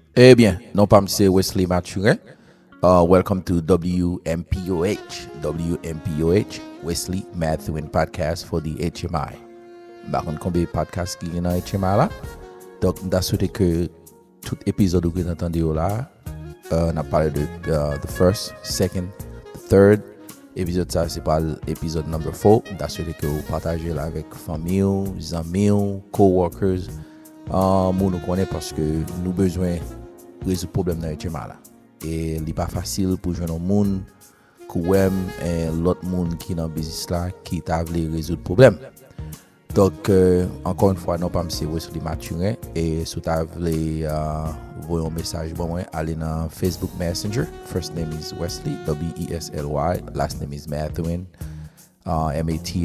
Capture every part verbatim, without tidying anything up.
Eh bien, non pas c'est Wesley Mathurin. Uh, welcome to W M P O H. W M P O H, Wesley Mathurin Podcast for the H M I. Par contre, combien de podcasts qui y dans H M I là? Donc, on souhaité que tout épisode que vous entendez là, uh, on a parlé de uh, the first, second, the third. Épisode ça, c'est pas l'épisode number four. On a souhaité que vous partagez là avec famille, amis, coworkers. Uh, nous nous connaît parce que nous besoin résoudre problème dans H M I là. Et il n'est pas facile pour joindre un monde qui aime et l'autre monde qui est dans le business là qui t'a voulu résoudre problème. Donc euh, encore une fois non pas monsieur Wesley Mathurin et si tu as voulu euh, envoyer un message bon moi allez dans Facebook Messenger. First name is Wesley W E S L Y, last name is Mathurin, uh, M A T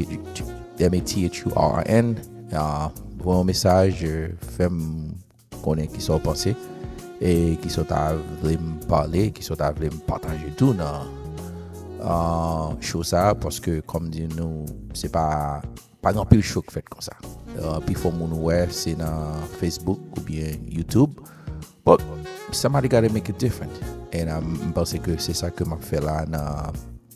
H U R N. Uh, envoyer un message, fais-moi connaître qui sont pensés et qui sont à voulu me parler, qui sont à voulu me partager tout dans euh, chose ça parce que comme dit nous c'est pas pas grand pile choc fait comme ça. Euh, puis faut mon ouais c'est dans Facebook ou bien YouTube. But somebody got to make it different. Et je pense que c'est ça que m'a fait là dans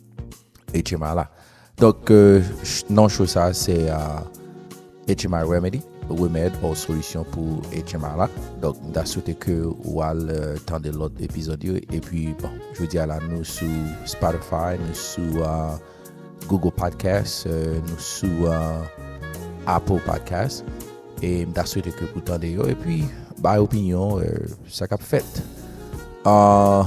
H M I là. Donc euh, non chose ça c'est euh, H M I Remedy, remède ou solution pour H M I là. Donc, on a souhaité que vous allez attendre l'autre épisode. Et puis, bon, je veux dire là, nous sur Spotify, nous sur uh, Google Podcasts, uh, nous sur uh, Apple Podcasts. Et on a souhaité que vous attendez. Et puis, bah, opinion, uh, ça qu'a fait. Uh,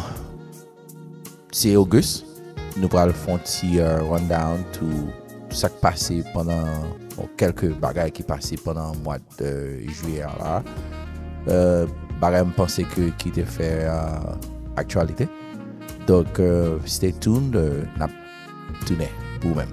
c'est Auguste. Nous allons faire un petit uh, rundown tout ça qui passé pendant bon, quelques bagages qui passaient pendant le mois de juillet là. Euh, bagages me pensais que qui était fait euh, actualité. Donc euh, stay tuned, euh, n'a tourné pour vous-même.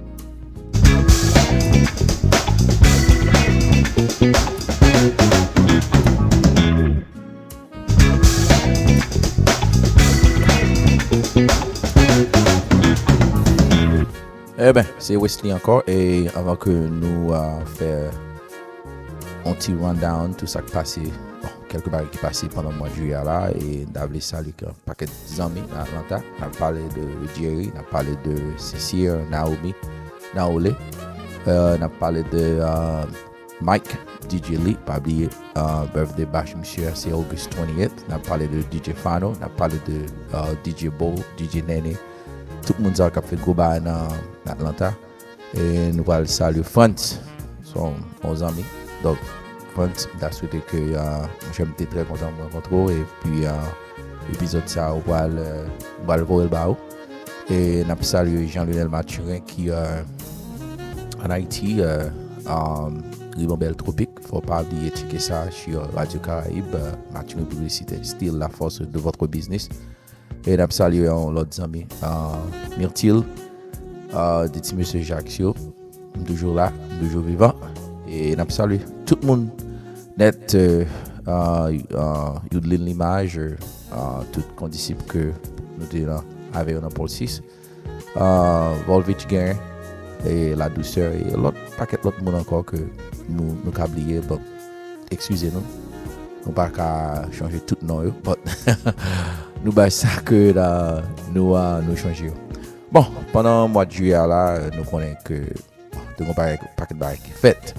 Eh bien, c'est Wesley encore et avant que nous euh, fassions un petit rundown tout ça qui passé, bon, quelques barres qui passaient pendant le mois de juillet là et d'avoir salué un paquet d'amis à Atlanta. On a parlé de Jerry, on a parlé de Cécile, Naomi, Naolé, euh, on a parlé de euh, Mike, D J Lee, pas oublier euh, birthday bash monsieur, c'est August twentieth. On a parlé de D J Fano, on a parlé de euh, D J Bo, D J Nene. Tout le monde a fait gros bain dans Atlanta et nous allons saluer France, son nos amis. Donc France, j'ai souhaité que euh, j'étais très content de me rencontrer et puis euh, l'épisode ça on va le on va le voir le bas et nous saluer Jean-Lionel Mathurin qui euh, en Haïti euh, um, Ribambelle Tropique, faut pas oublier checker ça sur Radio Caraïbe, euh, Mathurin Publicité, still la force de votre business. Et nous saluons l'autre ami, uh, Myrtil, uh, de petit monsieur Jacques, toujours là, toujours vivant. Et nous saluons tout le monde, net, euh, uh, uh, l'image, uh, tout condisciple que nous avons dans Paul six, uh, Volvich Gain, et la douceur, et l'autre paquet l'autre monde encore que nous nous avons oublié, donc excusez-nous. Nous ne pouvons pas changer tout le nom, mais nous avons ça que là, nous avons changé. Bon, pendant le mois de juillet, là, nous connaissons que nous avons un paquet de barres qui fait.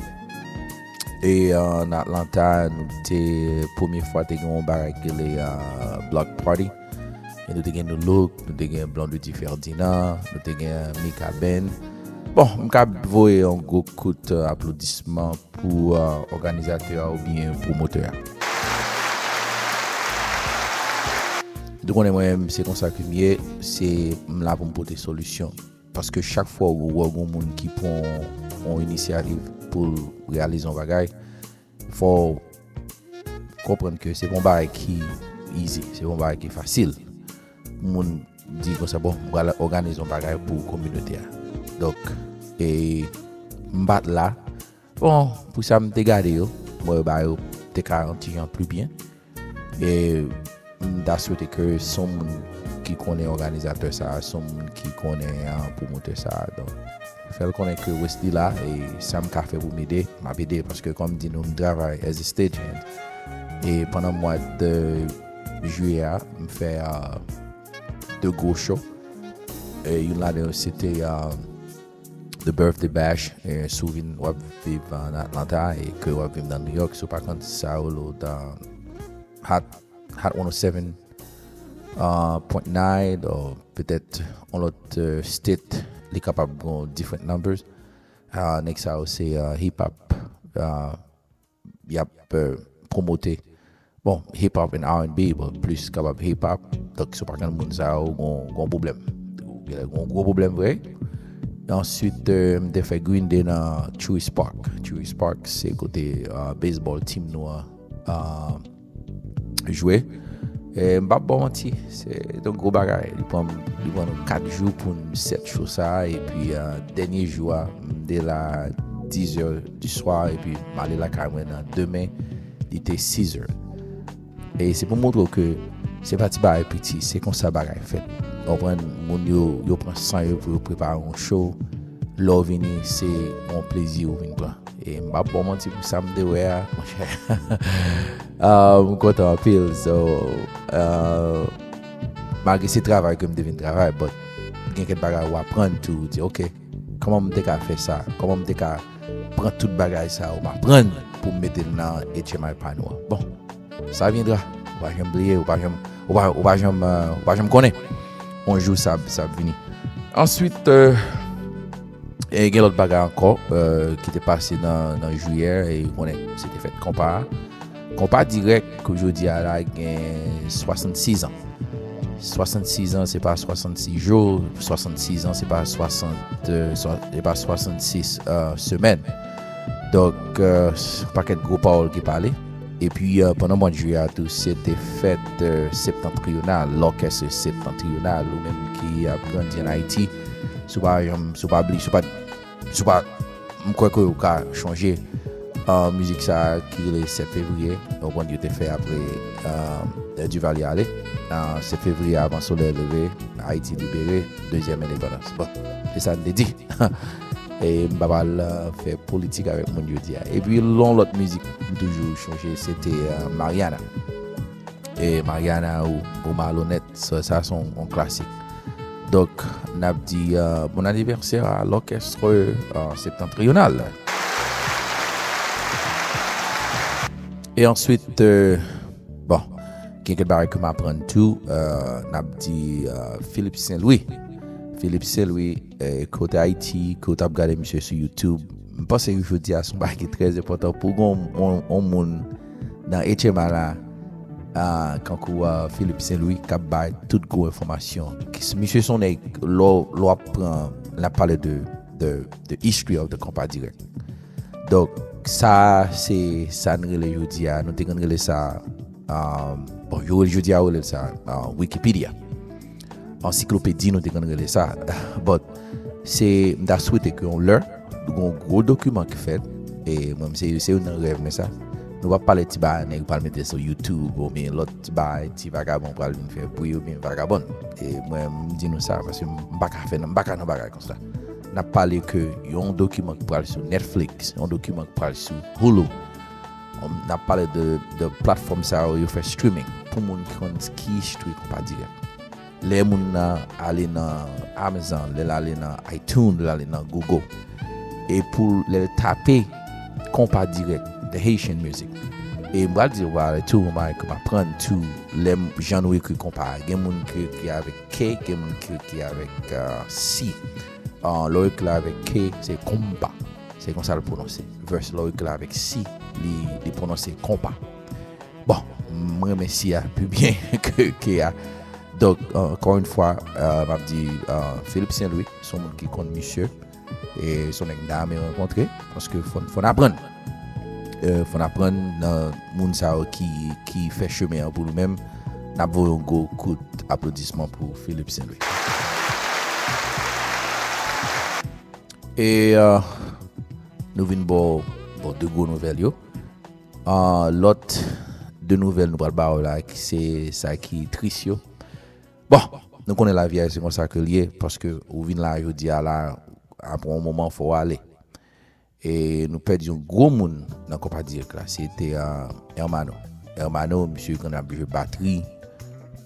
Et en Atlanta, nous avons la première fois que nous avons un barre qui est le Block Party. Et nous avons un look, nous avons un blanc de Ferdinand, nous avons un Mika Ben. Bon, je vais vous un gros coup d'applaudissement pour l'organisateur ou bien pour le promoteur. Donc, moi-même, c'est comme ça que je c'est là pour me porter solution. Parce que chaque fois où il y a des gens qui prend une initiative pour réaliser un bagage, il faut comprendre que c'est un bagage qui est easy, c'est un bagage qui est facile. Les gens disent que c'est bon, on va organiser un bagage pour la communauté. Donc, et je suis là. Bon, pour ça, je suis gardé. Moi, je suis quarante ans plus bien. Et je souhaite que son qui connaît organisateur ça, son qui connaît un promoteur ça. Donc, faire connaître que Wesley là et ça m'a fait pour m'aider, m'a aidé parce que comme dit nous travaille as a stagehand et pendant le mois de juillet, je fais euh, deux gros shows. Et une année, c'était euh, The Birthday Bash, et souviens, on vivre en Atlanta et que on vivre dans New York. So, par contre, ça, dans Hot, Hot cent sept point neuf, ou peut-être on l'autre uh, state, les capables de different numbers. Uh, next, ça, c'est uh, hip-hop. Uh, y a uh, promoté. Bon, hip-hop et R and B, bon, plus capable hip-hop. Donc, c'est par contre, ça a un gros problème. Un gros problème, vrai. Et ensuite, euh, j'ai fait Green Day dans Chewy Spark. Chewy Spark, c'est côté uh, baseball team nous a uh, joué. Et je bon menti, c'est un gros bagage. Il prend quatre jours pour sept choses ça. Et puis, euh, dernier jour, dès la dix heures du soir, et puis, je suis allé là quand même demain, il était six heures. Et c'est pour montrer que c'est pas petit, c'est comme ça bagage fait. On prend mon yo yo prend cent euros pour préparer un show. Là venir c'est un plaisir au venir. Et m'a bon menti pour ça me ouais mon cher. Euh content en pile so euh malgré ce travail que me devine travail but il y a quelque bagage à apprendre tout dire OK comment me déca faire ça comment me déca prendre tout bagage ça ou m'apprendre pour mettre dans H M I panneau. Bon ça viendra. On va jamais oublier, on va jamais on va on va jamais on va jamais connaître. On joue ça ça venir. Ensuite euh, et il y a l'autre bagarre encore euh, qui était passé dans dans juillet et on est c'était fait compas compas direct qu'aujourd'hui à la soixante-six ans. soixante-six ans c'est pas soixante-six jours, soixante-six ans c'est pas soixante euh, c'est pas soixante-six euh, semaines. Donc euh, paquet de gros paroles qui parlaient. Et puis euh, pendant le mois de juillet, tout c'était fête euh, septentrionale, l'orchestre septentrional, ou même qui a grandi en Haïti. Ce n'est pas, ce pas, ce pas, ce pas, je crois que vous avez changé en musique ça qui est le sept février, au point de été fait après euh, du Valier aller. Euh, sept février avant soleil levé, Haïti libéré, deuxième indépendance. Bon, c'est ça que je dis. Et Mbabal fait politique avec mon Dieu. Et puis l'autre musique toujours changé c'était euh, Mariana. Et Mariana ou, ou Malhonnête, ça, ça sont un classique. Donc n'a dit euh, bon anniversaire à l'orchestre euh, septentrional. Et ensuite euh, bon quelques barres que m'apprendre tout euh, n'a dit euh, Philippe Saint-Louis. Philippe Saint-Louis, euh, côté Haïti, côté a regardé monsieur sur YouTube. Je pense que je dis à son bac est très important pour un monde dans H M A là, euh, quand euh, Philippe Saint-Louis qui a toute grosse information. Monsieur son est l'on prend la parler de de de history of the compas direct. Donc ça c'est ça nous les jeudi à nous te ça euh, bon je dis à ça Wikipédia. Encyclopédie nous déconner ça but c'est m'a souhaité qu'on leur un gros document qui fait et moi c'est c'est un rêve mais ça nous va parler de ba nèg pas mettre sur YouTube ou bien l'autre ba ti vagabond pour venir faire pour ou bien vagabond et moi me dit nous ça parce que m'pas ka faire m'pas ka non bagay comme ça n'a parlé que un document qui parle sur Netflix un document qui parle sur Hulu on a parlé de de plateforme ça où il fait streaming pour monde qui connaît qui stream pas direct. Les gens aller dans Amazon, les aller dans iTunes, les aller dans Google et pour les taper compas direct de Haitian music. Et moi dire voilà tout moi que m'apprendre tout les gens écrit compas. Il y a des gens qui avec K, il y a des gens qui avec uh, C. Euh l'autre là avec K c'est compas. C'est comme ça le prononcer. Verse l'autre là avec C, il il prononcer compas. Bon, moi remercie plus bien que que donc, euh, encore une fois, euh, m'a dit euh, Philippe Saint-Louis, son monde qui compte monsieur, et son dame est rencontré, parce que faut, faut apprendre. Euh, faut apprendre dans le monde qui, qui fait chemin pour lui-même. Nous avons un gros coup d'applaudissement pour Philippe Saint-Louis. Et euh, nous venons pour, pour deux gros nouvelles. Euh, L'autre deux nouvelles, nous parlons là, c'est ça qui est triste. Bon, nous connaissons la vie, c'est comme ça que lié, parce que vous venez là, je dis à la, après un moment, il faut aller. Et nous perdons un gros monde dans le compas direct là. C'était euh, Hermano. Hermano, monsieur, qui a joué batterie,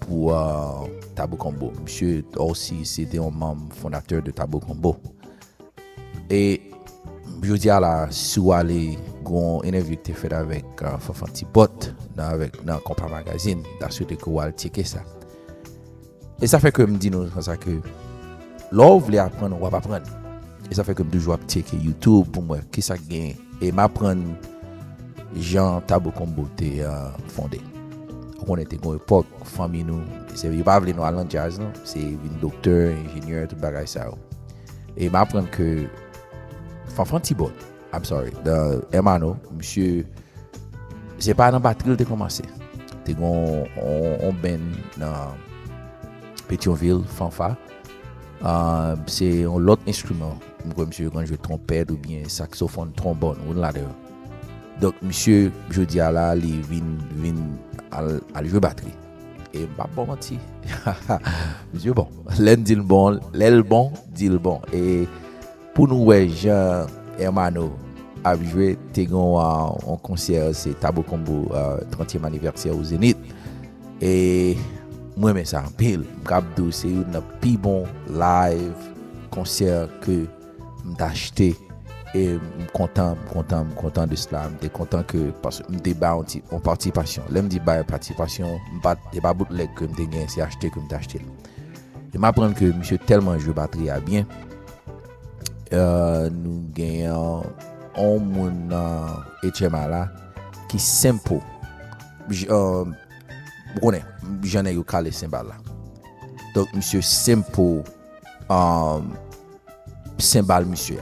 pour uh, Tabo Combo. Monsieur aussi, c'était un membre fondateur de Tabo Combo. Et je dis à la sous aller une interview que tu fait avec uh, Fafan Tipot avec dans Compa Magazine, dans ce que vous allez checker ça. Et ça fait que me dit nous ça que là vous voulez apprendre, on va apprendre. Et ça fait que me toujours checker YouTube pour moi qui ça gagne et m'apprendre Jean Tabo Combo t'es uh, fondé. On était une époque famille nous, c'est pas venir nous à jazz non, c'est un docteur, ingénieur tout bagage ça. Et m'apprendre que Fafan Tipot, I'm sorry, de Hermano, monsieur, c'est pas dans batterie de commencer. T'es on on ben dans Pétionville, fanfare. Euh, c'est un autre instrument. Monsieur quand je trompette ou bien saxophone, trombone ou là dedans. Donc monsieur, je dis à la, il vient vient à jouer batterie. Et pas bon menti. Monsieur bon, l'un dit le bon, l'aile bon dit le bon. Et pour nous ouais, Jean Hermano a joué Tégon en concert, c'est Tabo Combo euh, trentième anniversaire au Zénith. Et moi mais ça en pile, m'abdou c'est un plus bon live concert que m'ta acheté et content content content de cela, m'étais content que parce que m'étais ba en participation. Là me dit ba participation, m'pas pas bootleg que m'étais gagné, c'est acheté que m'ta acheté. Et m'apprendre que monsieur tellement joue batterie à bien. Euh, nous gagnons un monde H M A là qui simple. Euh, vous connaissez, j'en ai eu calé cymbale là. Donc monsieur simple euh, cymbale monsieur.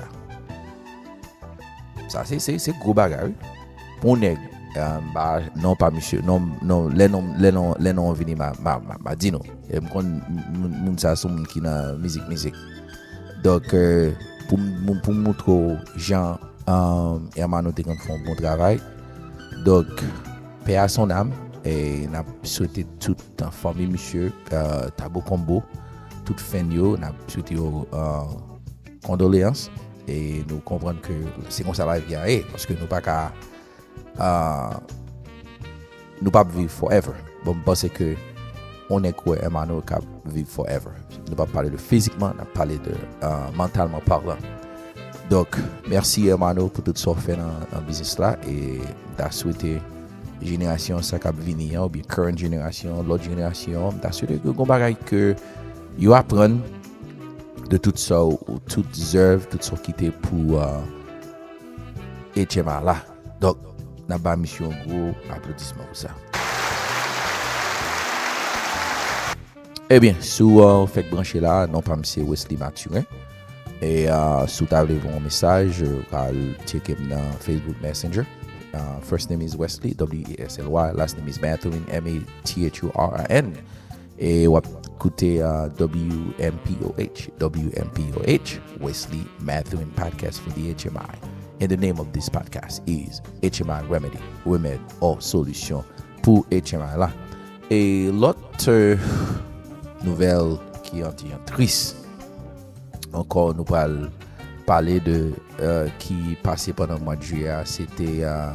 Ça c'est c'est c'est gros bagarre. Pour nèg euh, bah non pas monsieur, non non les noms les noms les noms venir ma ma ma dit non. Et me connait moun ça son qui na musique musique. Donc euh, pour pour montrer Jean euh, Hermano te font un bon travail. Donc paix à son âme et n'a souhaité toute la famille monsieur euh, Tabo Combo, toute famille n'a souhaité euh, condoléances et nous comprendre que c'est comme ça la vie est parce que nous pas qu'à euh, nous pas vivre forever. Bon parce que on est quoi Hermano qui vivre forever. Nous pas parler de physiquement, on a parlé de euh, mentalement parlant. Donc merci Hermano pour tout ce fait dans dans business là et t'a souhaité génération ça cap venir ou bien current génération, l'autre génération, t'a souhaité que gon bagay que yo apprendre de tout ça ou toutes œuvres, tout ce qui était pour euh, H M A là. Donc n'a pas mission gros applaudissements pour ça. Eh bien, sous euh, fait brancher là, non pas monsieur Wesley Mathurin. Et euh, sous table un message, euh, checker dans Facebook Messenger. Uh, first name is Wesley, W E S L Y. Last name is Mathurin, M A T H U R I N. Et on va écouter uh, W M P O H, W M P O H, Wesley Mathurin Podcast for the H M I. And the name of this podcast is H M I Remedy, Remedy or Solution pour H M I là. Et l'autre euh, nouvelle qui est un triste. Encore nous parle parler de euh, qui passait pendant le mois de juillet, c'était euh,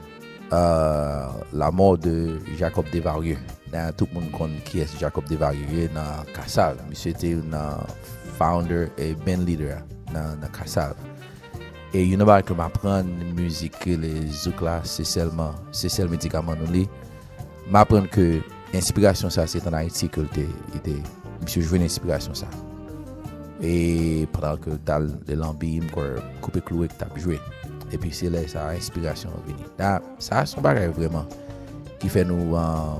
euh, la mort de Jacob Desvarieux. Tout le monde connaît qui est Jacob Desvarieux dans Kassav. Monsieur était un founder et band leader dans Kassav. Et you know pas que m'apprendre musique les zouk là c'est seulement c'est seulement médicament nous li. M'apprendre que inspiration ça c'est en Haïti que était monsieur jouer inspiration ça. Et pendant que t'as le lambim coupé cloué que t'as joué et puis c'est là ça inspiration venir là ça son bagage vraiment qui fait nous euh,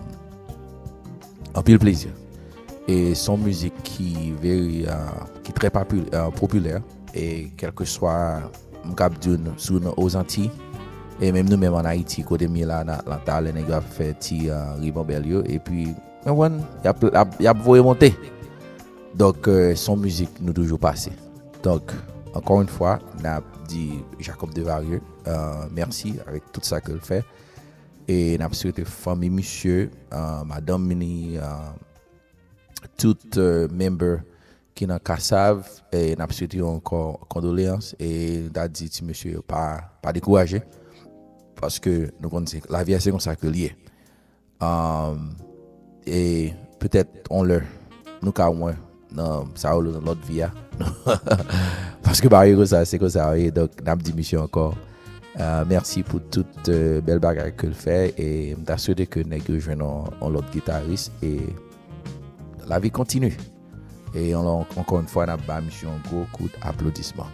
un pile plaisir et son musique qui very euh, qui très populaire, euh, populaire et quel que soit m'cap dune sous aux Antilles et même nous même en Haïti côté là l'Atlanta les nèg fait ti Ribbon Belio et puis on y a y a voyer monter. Donc, euh, son musique nous toujours passé. Donc, encore une fois, on a dit Jacob Desvarieux, euh, merci avec tout ça qu'il fait. Et on a souhaité famille, monsieur, euh, madame Mini, euh, tout euh, membre qui n'a qu'à savent. Et on a souhaité encore condoléances. Et on a dit, monsieur, pas, pas découragé. Parce que nous connaissons la vie, c'est comme ça que lié. Um, et peut-être on le nous ka moins non ça ou dans l'autre vie parce que bah ça c'est comme ça et donc n'a dit monsieur encore euh, merci pour toute euh, belle bagarre que le fait et m'assurer que nèg joindre on l'autre guitariste et la vie continue et on, encore une fois n'a ba monsieur un gros coup d'applaudissement.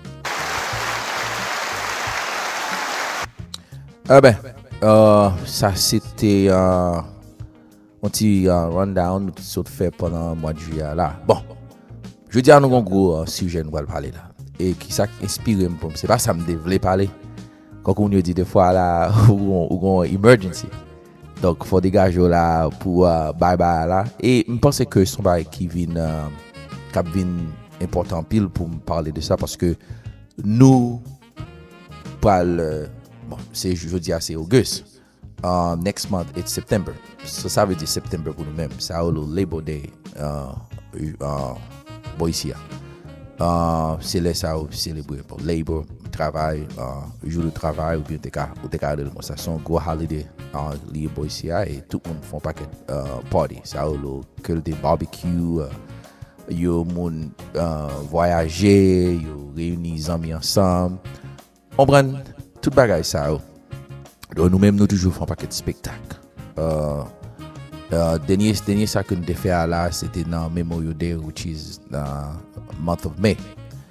Ah ben euh, ça c'était euh, un petit uh, rundown que nous fait pendant le mois de juillet là. Bon, je dis à nous un gros uh, sujet nous allons parler là et qui ça inspire pour c'est pas ça me voulais parler. Quand on dit des fois là ou ou emergency. Donc faut dégager là pour uh, bye bye là et je pense que son bail qui vient uh, qui vient important pile pour me parler de ça parce que nous parle uh, bon, c'est je dis c'est August. Uh, next month it's September. So ça veut dire September pour nous-mêmes. Ça a le Labor Day uh, uh, Boïsia. Uh, c'est là ça célébrer pour Labor, travail, uh, jour de travail ou bien t'es cas ou t'es cas de ça c'est un gros holiday en uh, lié Boïsia et tout le monde font paquet uh, party. Ça a le que des barbecue, uh, yo moun uh, voyager, yo réunir amis ensemble. On prend toute bagaille ça. Donc nous-mêmes nous toujours font paquet de spectacles. Uh, uh, dernier dernier ça que nous avons fait là c'était dans Memorial Day which is uh, month of May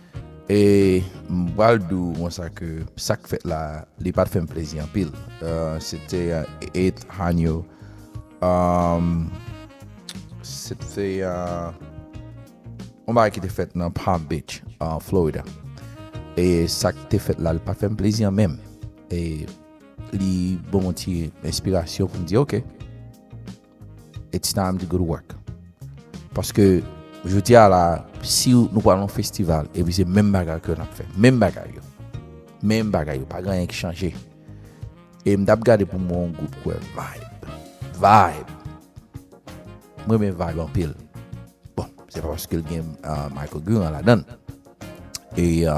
et m'bral dou on ça que ça fait là les pas fait plaisir en pile uh, c'était uh, eighth annual um, c'était uh, on va qui était fait dans Palm Beach en uh, Florida et ça qui était fait là le pas fait plaisir même et li bon petit inspiration pour me dire ok it's time to go to work parce que je dis à la si nous parlons festival et puis c'est même bagarre que nous fait même bagarre même bagarre pas rien qui changer et m'd'a regarder pour mon groupe quoi vibe vibe moi même vibe en pile bon c'est pas parce que le game uh, Michael Guran la donne et uh,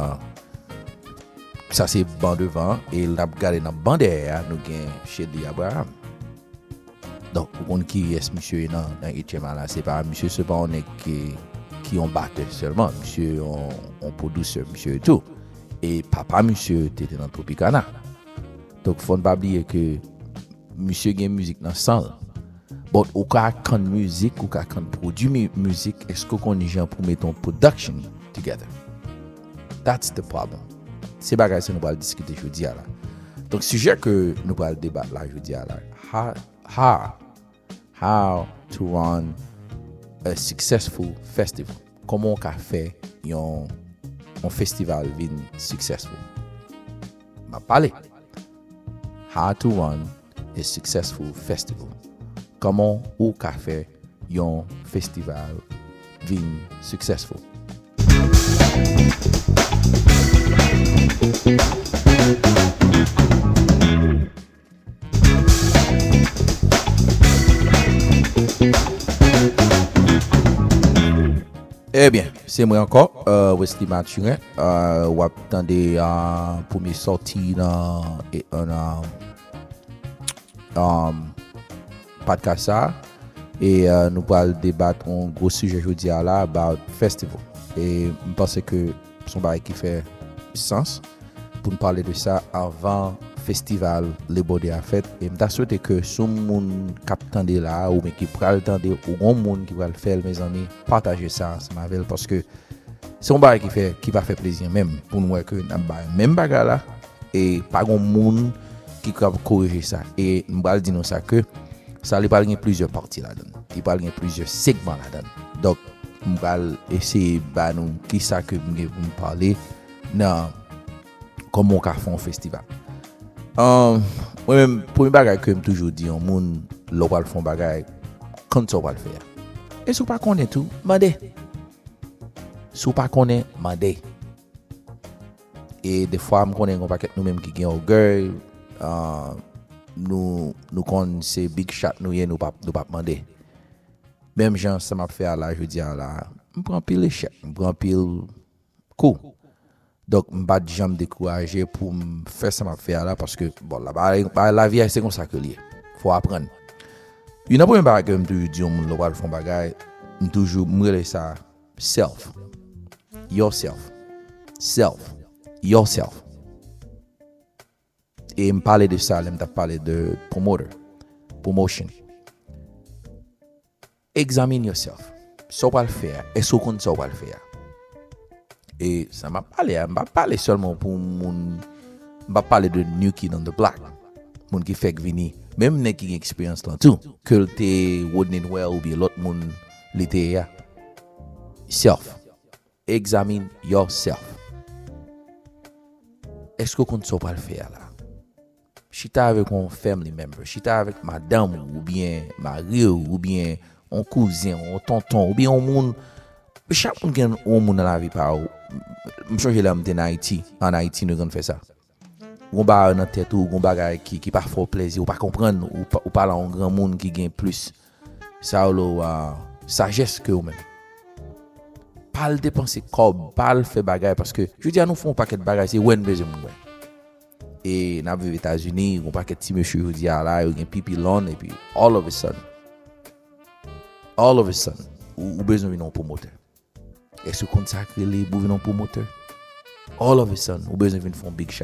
ça c'est ban devant et l'a regardé dans ban derrière nous gain chez Abraham. Donc on qui est monsieur dans dans H M A là c'est pas monsieur c'est pas on est qui qui on batteur seulement monsieur on on producteur monsieur et tout et papa monsieur était dans Tropicana. Donc faut pas oublier que monsieur gain musique dans salle. But au cas quand musique ou quand produit musique est-ce que qu'on est gens pour mettre en production together. That's the problem. C'est bagay ça nous va discuter jeudi là. Donc sujet que nous va débattre là jeudi là. How how how to run a successful festival. Comment on peut faire un un festival vin successful. M'a parlé. How to run a successful festival. Comment on peut faire un festival vin successful. Eh bien, c'est moi encore, euh, Wesley Mathurin. Euh, ou attendez euh, pour mes sorties dans un um, podcast ça. Et euh, nous allons débattre un gros sujet aujourd'hui là about festival. Et je pense que son bail qui fait sens pour nous parler de ça avant festival les Bodé a fait et me souhaité que son monde captande là ou mais qui pral tendre ou grand monde qui va le faire mes amis partager ça ensemble avec parce que c'est un bail qui fait qui va faire plaisir même pour nous que n'a même bagarre là et pas grand monde qui va corriger ça et nous va dire nous ça que ça il parle plusieurs parties là-dedans il parle plusieurs segments là-dedans donc on va essayer bah nous qui ça que vous parler dans comment on fait un festival. Um, moi même premier bagage que me toujours dit on monde l'on va faire bagage quand on va le faire. Et si pas connaît tout, mandé. Si pas connaît, mandé. Et des fois me connaît on paquet nous même qui gagne orgueil euh nous nous connaît c'est big shot nous nous pas nous pas demander. Même gens ça m'a fait là je dis là, me prend pile échec, me prend pile coup. Donc me pas jamais décourager pour me faire ça m'a fait là parce que bon là la vie c'est comme ça que lié. Faut apprendre. Une première bagage que me dis on le va faire bagage, toujours me ça self. Yourself. Self. Yourself. Et me parler de ça, je me parler de promoter. Promotion. Examine yourself. Ça va le faire. Est-ce qu'on ça va le faire? Et ça m'a parlé, m'a parlé seulement pour mon m'a parlé de New Kid on the Block. Mon qui fait venir même nek qui expérience là tout que t'es Rodney Well ou bien l'autre monde l'été ya. Self. Examine yourself. Est-ce que qu'on ça va le faire là? Chita avec un family member, chita avec madame ou bien mari ou bien un cousin, un tonton ou bien un monde chaque monde gagne un monde dans la vie par me changer là en Haïti, en Haïti nous on fait ça. On ba dans tête ou on bagay qui qui pas fort plaisir ou pas comprendre ou ou parler en grand monde qui gagne plus ça ou uh, sagesse que ou même. Pas le dépenser comme pas le faire bagay parce que je dis à nous font paquet de bagay c'est when besoin moi. Et n'a vu aux États-Unis, on paquet petit monsieur dit à là, il y a pipi long et puis all of a sudden all of a sudden ou besoin d'un promoteur. Est-ce qu'on consacre les pour un promoteur? All of a sudden ou besoin d'un fond big shot.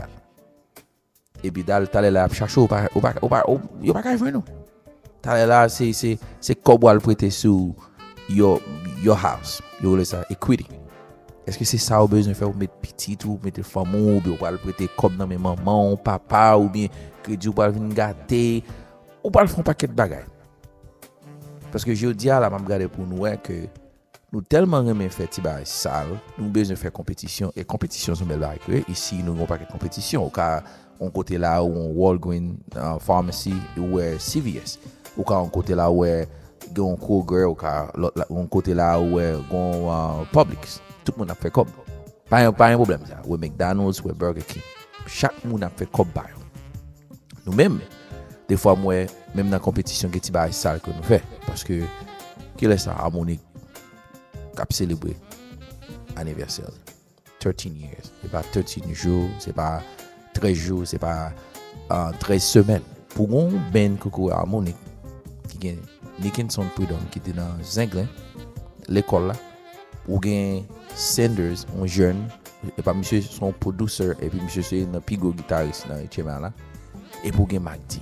Et puis dal t'aller là chercher ou pas ou pas ou pas yo pas qu'à joindre nous. T'aller là c'est c'est c'est cobwal prêter sur your your house. Yo laisse ça equity. Est-ce que c'est ça ou besoin faire mettre petit ou mettre femme ou bien ou prêter comme dans mes maman, papa ou bien crédit ou pas venir gâter ou pas faire un paquet de bagages. Parce que je dis à la m'a regarder pour nous que nous tellement aimer faire ti bagage sale, nous besoin faire compétition et compétition sont belle bagage. Ici nous avons pas de compétition car on côté là où on Walgreens uh, pharmacy ou C V S ou car on côté là où on Kroger ou car on côté là où on uh, Publix. Tout le monde a fait comme. Pas un, pas un problème ça. Ou McDonald's ou Burger King. Chaque monde a fait comme bail. Nous-mêmes, des fois, moi, même dans la compétition, que tu vas ça que nous fait. Parce que, quel est ça, harmonique, cap célébrer anniversaire. treize years. C'est pas treize jours, c'est pas treize jours, c'est pas uh, treize semaines. Pour un ben coco harmonique, qui est Nickinson Prudhomme, qui était dans Zinglin, l'école là, ou bien Sanders, un jeune, et pas monsieur son producer, et puis monsieur c'est un pigo guitariste dans H M A là, et pour bien Magdi,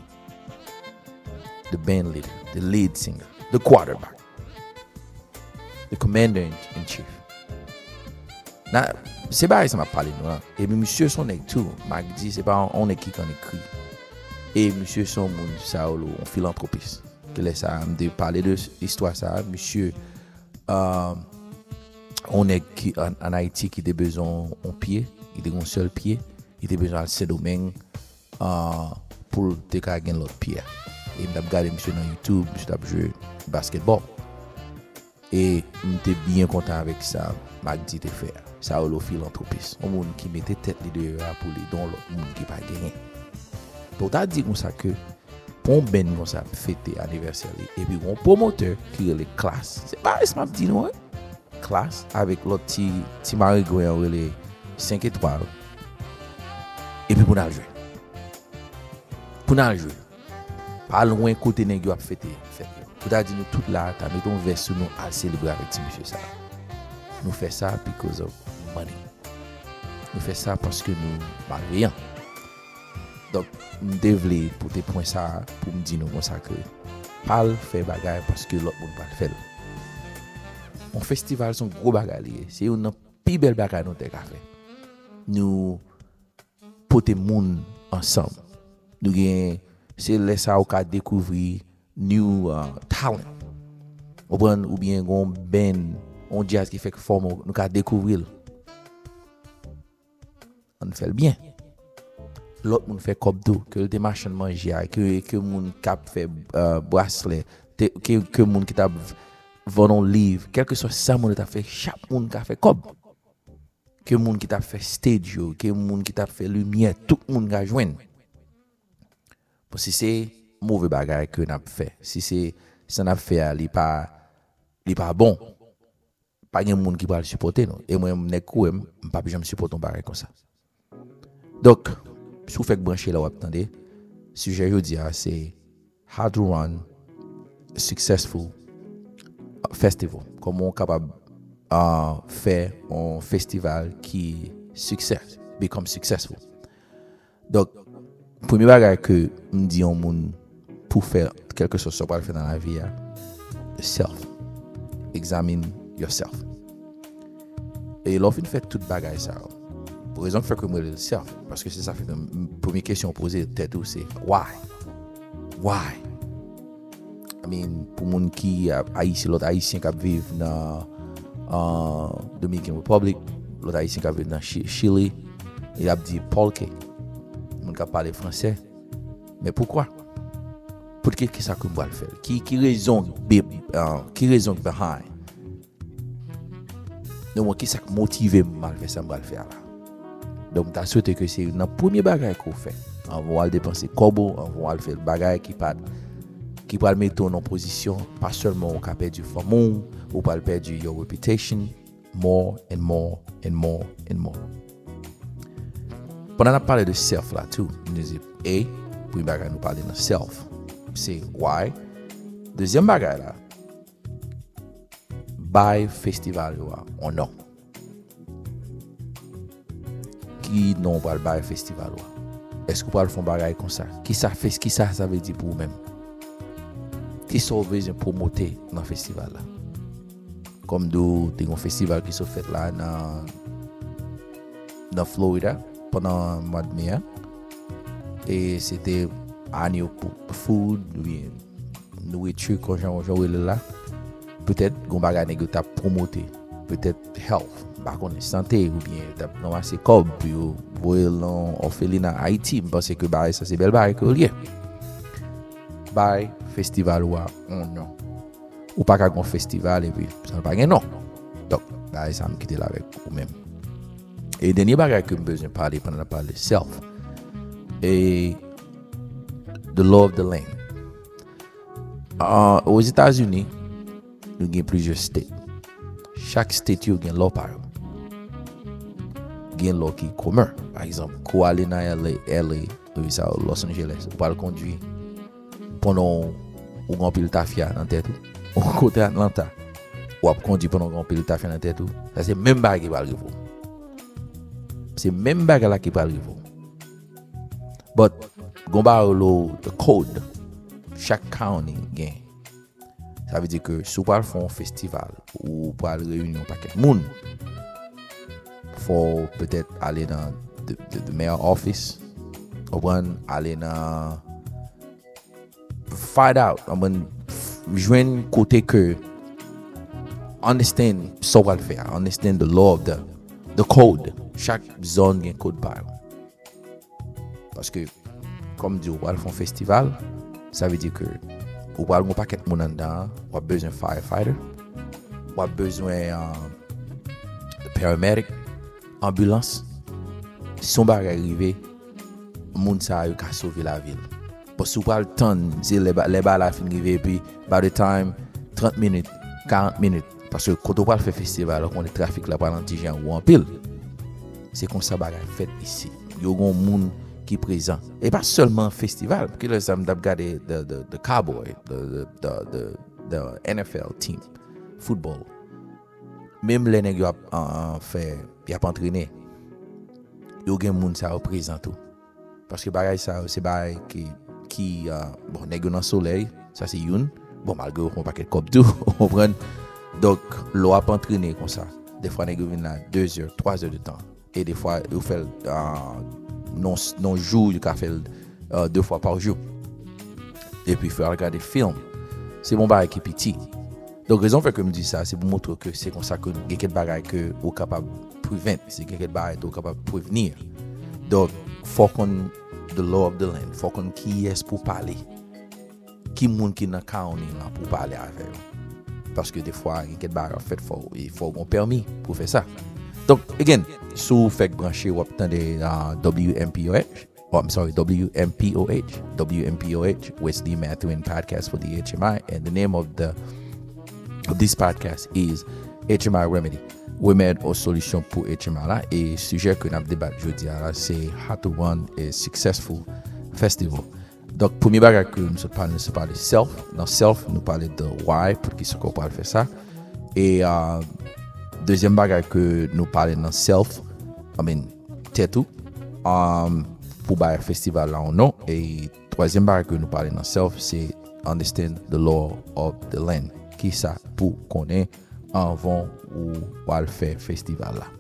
the band leader, the lead singer, the quarterback, the commander in, in chief. Now, c'est pas ça m'a parlé nous là, et puis monsieur son est tout, Magdi c'est pas on est qui qu'on écrit, et monsieur son monde ça ou un philanthropiste, que laisse ça me parler de l'histoire ça, monsieur. Euh, on est qui, en, en Haïti qui a besoin d'un pied, il a un seul pied, il a besoin de ce domaine euh, pour te gagner l'autre pied. Et je regarde monsieur sur YouTube, je a joué basketball. Et je suis bien content avec ça, Magdi te faire. Ça a le philanthropiste. Un monde qui mettait tête les deux pour les dons, l'autre monde qui pas gagné. Donc, tu as dit comme ça que pour un ben comme ça, fêter anniversaire, et puis un promoteur qui est les classes. C'est pas ce que je dis, non? Classe avec l'autre petit petit Marie-Goyen les cinq étoiles et puis pour nous jouer pour nous jouer pas loin côté nèg yo a fêter fête pour a dit nous tout là t'as mis ton verre sur nous à célébrer avec petit monsieur ça nous fait ça because of money nous fait ça parce que nous malveillants donc nous devons pour te point ça pour me dire nous comme ça que pas faire bagarre parce que l'autre monde pas le faire. Un festival sont gros bagalier, c'est une plus belle bagarre nous t'ai fait. Nous porter monde ensemble. Nous gain c'est laisser au cas découvrir new uh, talent. Ou bien ou bien gon ben on jazz qui fait que forme nous ca découvrir. On fait le bien. L'autre monde fait comme tout que des machines manger que que monde cap fait uh, bracelet que que monde qui t'a vont livre, quel que soit ça monde t'a fait, chaque monde qui a fait comme que monde qui t'a fait stage, que monde qui t'a fait lumière, tout le monde a joindre. Parce que si c'est mauvais bagage que n'a fait, si c'est ça n'a fait, il pas il pas bon, pas de monde qui va le supporter non. Et moi m'nek ou m pas jamais supporter un bagage comme ça. Donc, si vous faites brancher là, vous attendez, sujet aujourd'hui c'est how to run successful festival. Comment on est capable de faire un festival qui succès, become successful. Donc, premier bagage que me dit au monde pour faire quelque chose que faire dans la vie, the self. Examine yourself. Et l'offre fait toute bagage ça. Pour raison que fait que moi le self, parce que c'est ça fait la première question posée tête ou c'est why? Why? I mean, pour moun qui haïtien, l'autre haïtien qui vivent dans uh, Dominican Republic, l'autre haïtien qui vivent dans Chili, il a dit Paul K. Moun qui parle français. Mais pourquoi? Pour qui ça que va le faire? Qui qui raison uh, qui raison behind? Donc qui ça motive mal faire ça va le faire là. Donc t'as souhaité que c'est le premier bagage qu'on fait. On va dépenser kobo, on va faire le bagage qui pas qui va le mettre en position pas seulement au cap du fameux ou pas le perdre your reputation more and more and more and more. Pendant qu'on parle de self là tout, nous disons A, premier bagage nous parler de self. C'est why. Deuxième bagage là, by festival ou non. Qui non va le by festival ou est-ce que vous pouvez faire un bagage comme ça? Qui ça fait, qui ça ça veut dire pour vous-même? Qui sont besoin promoter dans le festival là? Comme d'où il y a un festival qui se fait là dans dans Florida pendant le mois de mai et c'était annual food, nourriture quand j'en j'en là. Peut-être qu'on va gagner que promoter, peut-être health, par contre santé ou bien t'as ramassé cob puis voyer dans orphelinat Haïti, parce que bah ça c'est belle bail que lié. By festival ou non. Ou pas qu'un festival et puis ça pas gain non. Donc bah ça me quitter là avec vous même. Et dernier bagage que j'ai besoin de parler pendant la parler self et the law of the land. Uh, aux États-Unis, nous avons plusieurs states. Chaque state a une loi par eux. Il y a une loi qui est commun. Par exemple, quand aller dans L A, L A, Los Angeles, on va conduire pendant un grand pile tafia dans tête ou côté Atlanta, ou on conduire pendant un grand pile tafia dans tête ou. Ça c'est même bague qui va arriver. C'est même bague là qui va arriver. But gomba lo the code chaque county gain. Ça veut dire que si vous parlez un festival ou pour aller réunir un paquet de monde, faut peut-être aller dans the, the, the mayor office, ou bien aller dans find out, ou bien joindre côté que understand ce qu'on va faire, understand the law of the the code. Chaque zone a un code par. Parce que comme dit, on va faire un festival, ça veut dire que ou pas un paquet de monde dedans, on a besoin de firefighter, on a besoin de paramedic, ambulance. Si on va arriver, le monde ça va sauver la ville. Parce que pas le temps, si les balles la fin arriver puis by the time trente minutes, quarante minutes parce que quand on va faire festival, on a le trafic là pendant dix ans ou en pile. C'est comme ça bagage fait ici. Il y a un monde qui est présent. Et pas seulement festival, parce que là, ça m'a regardé the, the, the Cowboy, the, the, the, the N F L team, football. Même les nègres qui ont fait, ils ont entraîné, il y a un monde qui est présent tout. Parce que bagage ça, c'est bagage qui, qui uh, bon, nègres dans le soleil, ça c'est une. Bon, malgré qu'on paquet de cop tout, on prend. Donc, l'on a entraîné comme ça. Des fois, nègres viennent là deux heures, trois heures de temps. Et des fois, ils font non non jour il fait euh, deux fois par jour et puis il faut regarder film. C'est mon bagage qui est petit, donc raison fait que me dit ça c'est pour montrer que c'est comme ça que il y a quelques bagages que on capable prévenir, c'est quelques bagages on capable prévenir. Donc faut qu'on the law of the land, faut qu'on qui est pour parler, qui monde qui dans county là pour parler avec eux. Parce que des fois il y a quelques bagages fait faut il faut un permis pour faire ça. Donc, again, si vous faites brancher, vous attendez uh, W M P O H, oh, I'm sorry, W M P O H, W M P O H, Wesley Matthew Podcast for the H M I, and the name of the of this podcast is H M I Remedy. Remède aux solutions pour H M I là, et sujet que nous avons débattu aujourd'hui là, c'est how to run a successful festival. Donc, premier bagage que nous parlons, c'est parler self. Dans self, nous parlons de why, pour qui ce qu'on peut faire ça. Et euh, deuxième bagage que nous parlons dans self, I mean, c'est tout. Um, pour le festival là ou non. Et troisième bagage que nous parlons dans self, c'est understand the law of the land. Qui ça pour connaître avant ou va le faire festival là.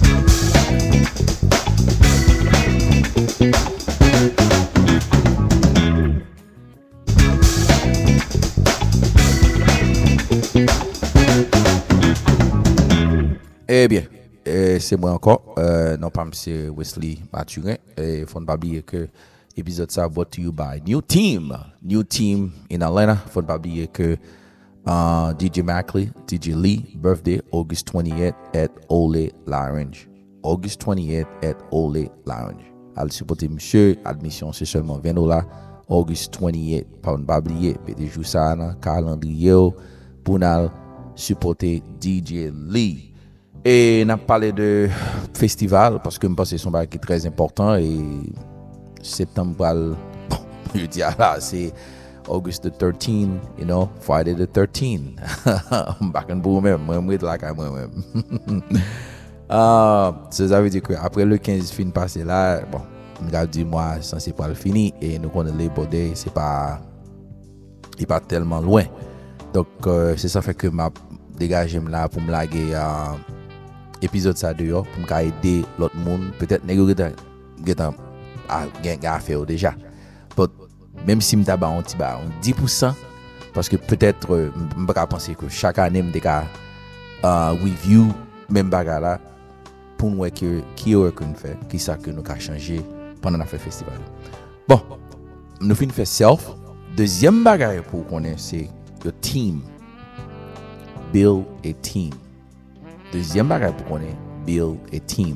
Eh bien, eh, c'est moi encore. Euh, non pas c'est Wesley Mathurin. Et faut ne pas oublier que l'épisode ça brought to you by New Team, New Team in Atlanta. Faut ne pas oublier que uh, D J Mackley, D J Lee, birthday August twenty-eighth at Ole Lounge. August twenty-eighth at Ole Lounge. Allez supporter monsieur, admission c'est seulement vingt dollars. August twenty-eighth, pas ne pas oublier, mettez jou ça dans calendrier pour nous supporter D J Lee. Et on a parlé de festival parce que je pense que c'est un truc qui est très important et septembre, bon, je dis là, c'est August the thirteenth, you know, Friday the thirteenth. I'm back and boom, même, moi, moi, like, moi-même. Uh, ça veut dire qu'après le quinze fin passé là, bon, on a dit moi, ça c'est pas le fini et nous connaissons les Labor c'est pas, il pas tellement loin. Donc, euh, c'est ça fait que m'a dégagé là pour me laguer à. Uh, épisode ça dehors pour me aider l'autre monde peut-être négocier geta à à faire déjà but même si m'ta ba un petit ba dix pour cent parce que peut-être me pas penser que chaque année me déca euh review même bagarre là pour nous que qui aurait qu'on fait qui ça que nous a changé pendant la festival. Bon, nous fin fait self. Deuxième bagarre pour connaître c'est your team. Build a team. Deuxième bagage pour qu'on ait build a team.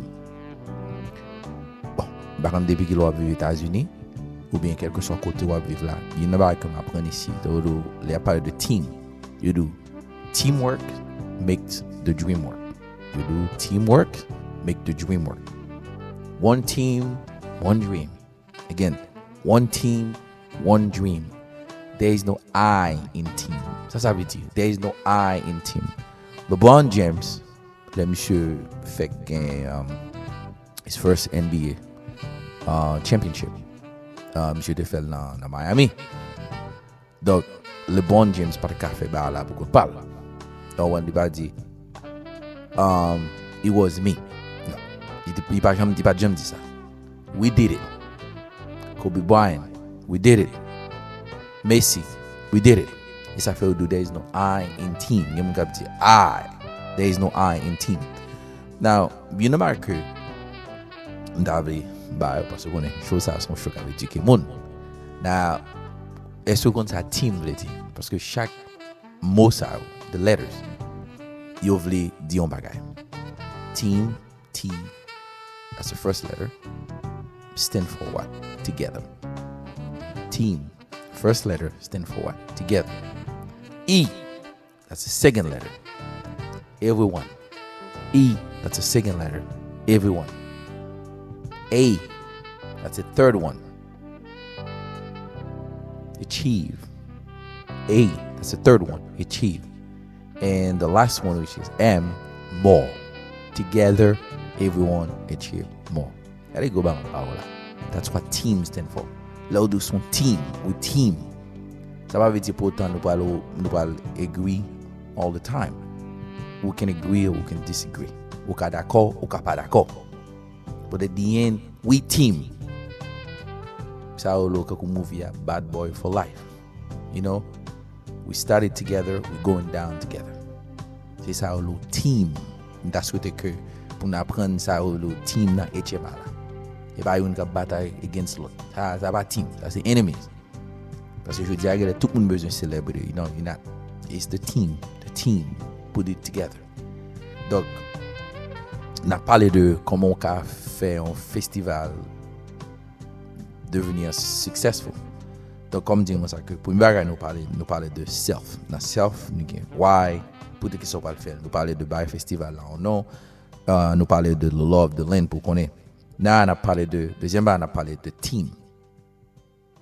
Bon, par exemple, depuis qu'il va vivre aux États-Unis, ou bien quelque chose côté où il va vivre là, il y a une bagage que je apprends ici. Il y a parlé de team. You do teamwork makes the dream work. You do teamwork make the dream work. One team, one dream. Again, one team, one dream. There is no I in team. Ça, ça veut dire, there is no I in team. LeBron James, le monsieur fait gagner um, his first N B A uh, championship. Uh, monsieur de fait dans, dans Miami. Donc, LeBron James pas de café bah là beaucoup de parle. Donc, on dit pas dit, um, it was me. Non, il il pas jamais dit pas jamais dit ça. We did it. Kobe Bryant, we did it. Messi, we did it. Et ça fait do there is no I in team. Il y a mon gars dit I. There is no I in team. Now, you know que d'abord, bah parce qu'on est chose ça son choc avec du monde. Now, est-ce qu'on ça team veut dire parce que chaque mot ça, the letters, you veut dire un bagage. Team, T, that's the first letter. Stand for what? Together. Team, first letter stand for what? Together. E, that's the second letter. Everyone. E, that's the second letter. Everyone. A, that's the third one. Achieve. A, that's the third one. Achieve. And the last one, which is M, more. Together, everyone achieve more. Allez, go back on That's what team stand for. Là, on dit son team, we team. Ça va veut dire pourtant nous pas nous pas agree all the time. We can agree or we can disagree. Ou ka d'accord ou ka pas d'accord. But at the end, we team. Ça au look comme movie Bad Boy for Life. You know, we started together, we're going down together. C'est ça au team. That's what que pour nous apprendre ça au team dans H M A là. Et pas une bataille against l'autre. Ça ça pas team, ça c'est enemies. Parce que je dis que tout le monde a besoin de célébrer. You know, you're not. It's the team. The team put it together. Donc, on a parlé de comment on a fait un festival devenir successful. Donc, comme dit ça que pour une bagarre, nous parler, nous parler de self. Dans self, nous avons why, pour ceux qui ne sont pas le faire. Nous parler de Baye Festival là, non. Uh, nous parler de the law of the land pour qu'on ait. Là, on a parlé de deuxième, on a parlé de team.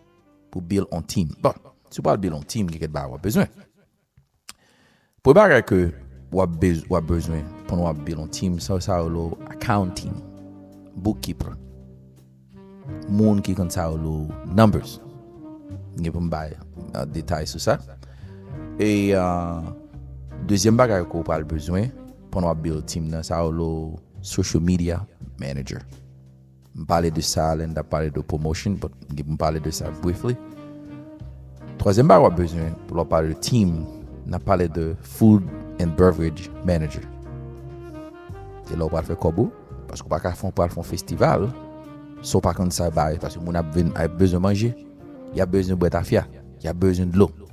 pour build un team. Bon, si vous parlez de build un team, qu'est-ce que vous avez besoin? Pour bagay que vous avez besoin pour nous build un team, ça ça le accounting, bookkeeper, moun qui compte ça le numbers. Je vais vous donner des détails sur ça. Et euh, deuxième bagay que vous avez besoin pour nous build un team, ça le social media manager. Je parler de ça, je vais parler de promotion, mais je vais parler de ça briefly. Troisième bagay que vous avez besoin pour parler de team, on a parlé de food and beverage manager. C'est là où on va faire quoi? Parce qu'on ne peut pas faire un festival. Sauf par contre ça va parce que mon a besoin de manger, il y a besoin de boire tafia, il y a besoin de l'eau.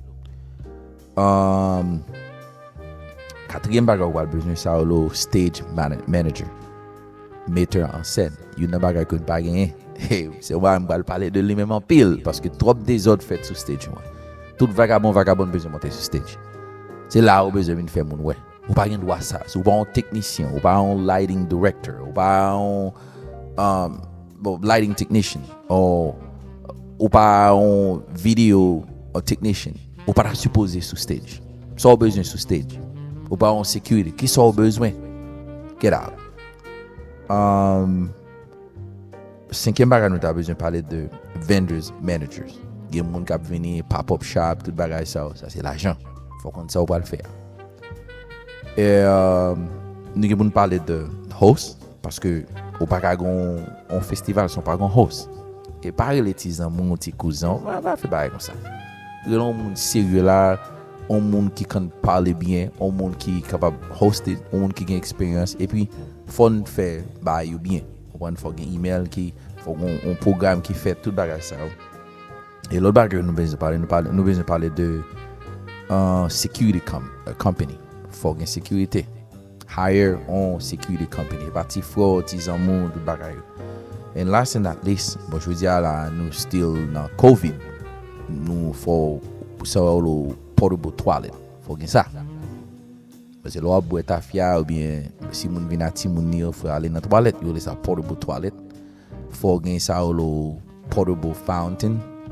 Um, quatrième bagage qu'on a besoin ça le stage man- manager, metteur en scène. Il y a une bagage qu'on pas gagner. C'est moi on va parler de lui même en pile parce que trop des autres fait sur stage moi. Tout vagabond vagabond besoin monter sur stage. C'est là où besoin de faire mon ouais. Ou pas un droit ça, ou pas un technicien, ou pas un lighting director, ou pas un um, bon, lighting technician, ou, ou pas un video technician, ou pas supposé sur stage. Ça a besoin sur stage. Ou pas un security, qui ça a besoin? Get out. Um, cinquième bagage, nous avons besoin de parler de vendors, managers. Il y a des gens qui viennent pop-up shop, tout bagage ça, ça c'est l'argent. Il faut qu'on ça va le faire. Et euh, nous avons parlé de host parce que au pas un festival sont pas un host. Et pareil les petits amis, mon petit cousin, va va faire pareil comme ça. Il y a un monde sérieux là, un monde qui peut parler bien, un monde qui est capable de hoster, un monde qui a expérience et puis faut faire bail bien. On faut un email qui faut un, un programme qui fait tout bagage ça. Et l'autre bagage nous besoin parler, nous parler, nous besoin parler de uh, security com- uh, company. Faut une sécurité. Hire on security company. Parti fraude, tisans monde, tout bagage. And last and not least, bon je veux dire là, nous still dans COVID, nous faut ça le portable toilet. Faut que ça. Parce que là boire ta fia ou bien si moun vient à Timouni, faut aller dans toilette, il y a ça portable toilet. Faut que ça le portable fountain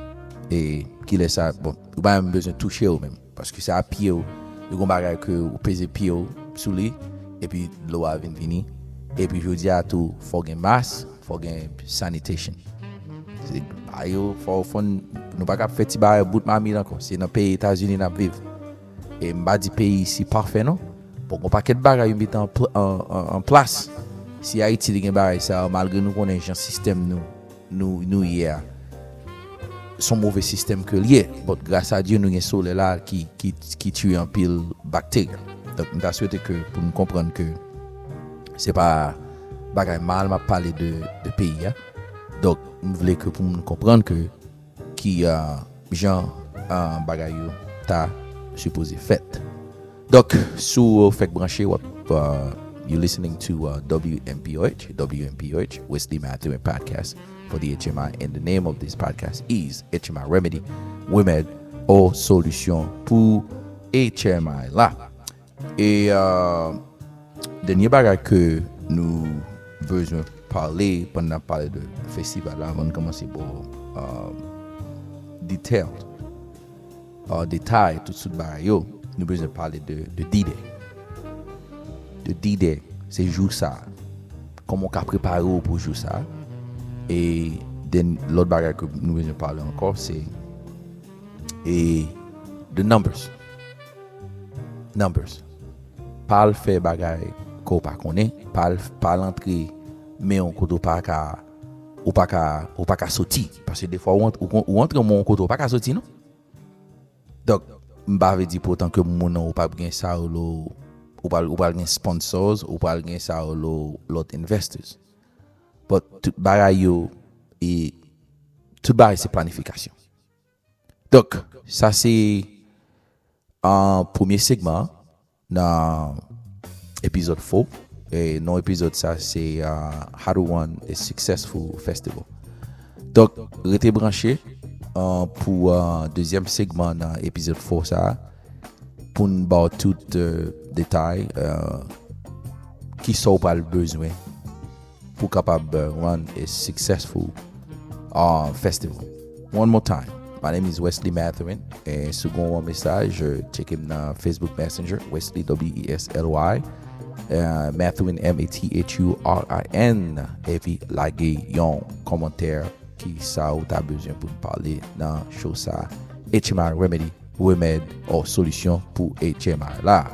et qui laisse ça bon, ou pas besoin de toucher ou même parce que c'est à pied. Il y a un bagage que vous pesez pied sous lui et puis l'eau va venir et puis je dis à tout faut un masque, faut un sanitation. C'est ayo faut faut nous pas faire petit bail bout mamie encore, c'est dans pays États-Unis n'a vivre. Et m'a dit pays ici parfait non. Pour qu'on paquet de bagages mettre en, en, en, en place. Si Haïti des bagages ça malgré nous connaît un système nous nous nous hier son mauvais système que lié. But grâce à Dieu, nous avons un soleil là qui, qui, qui tue un pile bactéries. Donc, nous avons souhaité que, pour nous comprendre que ce n'est pas bagay mal, m'a parlé de, de pays. Hein. Donc, nous voulons que pour nous comprendre que qui euh, Jean euh, bagay yo ta supposé fait. Donc, sous fait brancher, uh, you're listening to uh, W M P O H, W M P O H, Wesley Matthew and Podcast. For the H M I, and the name of this podcast is H M I Remedy, Women or Solution pour H M I là. Et euh, dernier bagage que nous besoin parler pendant parler de festival là, avant de commencer pour euh, detail, euh, détail tout ce bagage yo, nous besoin parler de de D-Day. De D-Day, c'est jour ça. Comment on préparer pour jour ça? Et l'autre bagage que nous venons parler encore, c'est et the numbers. Numbers. Pas le faire bagage qu'on pas connaît, pas pas l'entrée, mais on côté pas qu'à ou pas qu'à ou pas qu'à sortir parce que des fois on on entre mon côté pas qu'à sortir non. Donc m'pa veut dire pourtant que mon non ou pas gain ça ou ou pas ou pas gain sponsors ou pas gain ça ou l'autre investors. But tout bagay yo et tout bagay c'est planification. Donc ça c'est un premier segment dans épisode four et non épisode ça c'est uh, how to run a successful festival. Donc restez branché uh, pour uh, deuxième segment dans épisode four ça pour nous voir tout uh, détail uh, qui sont pas le besoin pour capable run a successful uh, festival. One more time. my name is Wesley Mathurin. Et second message, check him dans Facebook Messenger, Wesley, W E S L Y. Uh, Mathurin, M A T H U R I N. Et puis, lagez yon commentaire qui ça ou t'as besoin pour parler dans show ça. H M I Remedy, remède ou solution pour H M I là.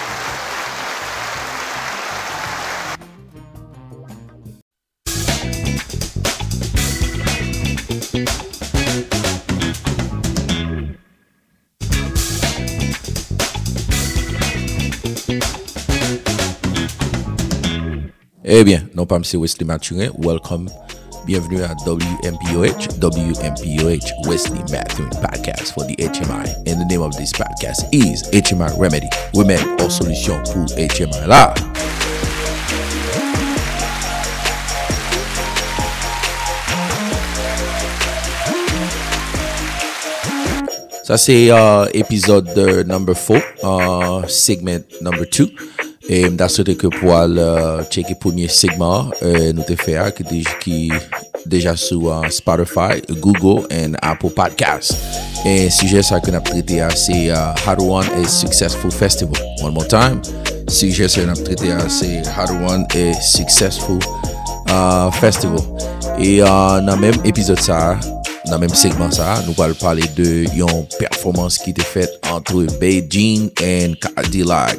Eh bien, non pas M. Wesley Mathurin. Welcome. Bienvenue à W M P O H, W M P O H, Wesley Mathurin Podcast for the H M I. And the name of this podcast is H M I Remedy, Remède ou solution pour H M I là. Ça c'est uh, épisode uh, number four, uh, segment number two. Et m'da souhaité que pour uh, checker premier segment euh, nous te faire qui déjà qui déjà sur uh, Spotify, Google and Apple Podcasts. Et sujet ça que n'a traité c'est uh, how to run a successful festival. One more time. Sujet ça n'a traité c'est how to run a successful uh, festival. Et uh, dans même épisode ça, dans même segment ça, nous allons parler de une performance qui était faite entre Beijing et Cadillac.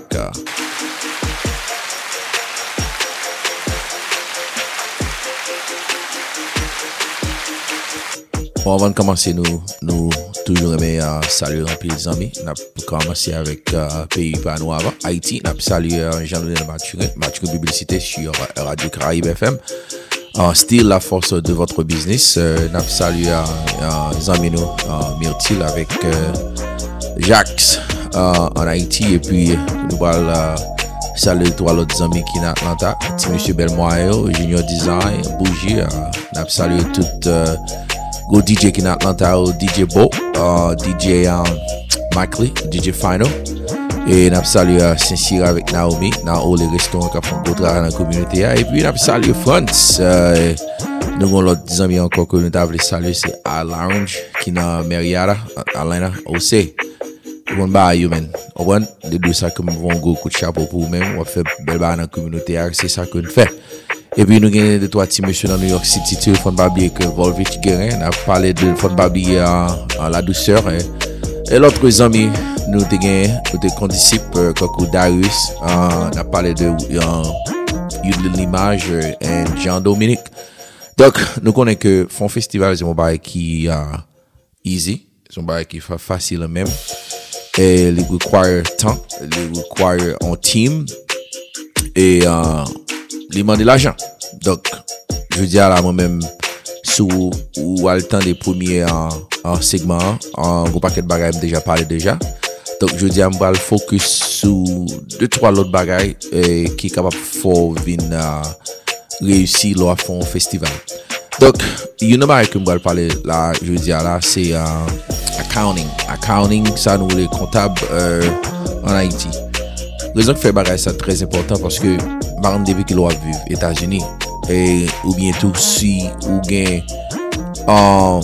Bon, avant de commencer, nous, nous toujours aimer euh, saluer un peu les amis. On a commencé avec euh, pays par nous avant, Haïti. On a salué euh, Jean-Louis Mathurin, Mathurin Publicité sur euh, Radio Caraïbe F M. Uh, still la force de votre business. Euh, on a salué euh, euh, les amis nous, euh, Myrtil avec euh, Jacques euh, en Haïti. Et puis, nous allons euh, saluer trois autres amis qui sont en Atlanta. Petit Monsieur Belmoyo, Junior Design, Bougie. Euh, on a salué toutes. Euh, Go D J qui est en Atlanta, D J Bo, uh, D J um, Mackley, D J Final. Et nous saluons uh, Saint-Cyr avec Naomi, dans les restaurants qui font beaucoup de travail dans la communauté. Et puis nous saluons France. Uh, nous avons l'autre amis encore que nous avons salué, c'est à Lounge, qui est dans Marietta, Atlanta, O C. Nous avons you man. Les deux ça que nous avons un gros coup de chapeau pour nous-mêmes. On fait belle barre dans la communauté, c'est ça que nous faisons. Et puis nous avons deux trois petits messieurs dans New York City, il faut pas oublier que Volvich Guérin, on a parlé de, faut pas oublier euh, la douceur. Et, et l'autre ami, nous avons des condisciples comme Darius, euh, on a parlé de euh, Yudel Limage et Jean-Dominique. Donc, nous connaissons que Fond Festival, c'est un bail qui est uh, easy, c'est un bail qui est facile même. Et il requiert temps, il requiert un team. Et euh, il demande de l'argent. Donc, je dis à la moi-même, sous ou à le temps des premiers en, en segments, en gros paquet de bagages, déjà parlé déjà. Donc, je dis à moi, le focus sur deux, trois autres bagages eh, qui est capable de faire euh, réussir leur fond festival. Donc, il y a une chose que je vais parler là, je dis à là, c'est euh, accounting. Accounting, ça nous les comptables euh, en Haïti. La raison que fait bagage ça très important parce que par exemple depuis que l'on vivre aux États-Unis et ou bien tout si ou gain en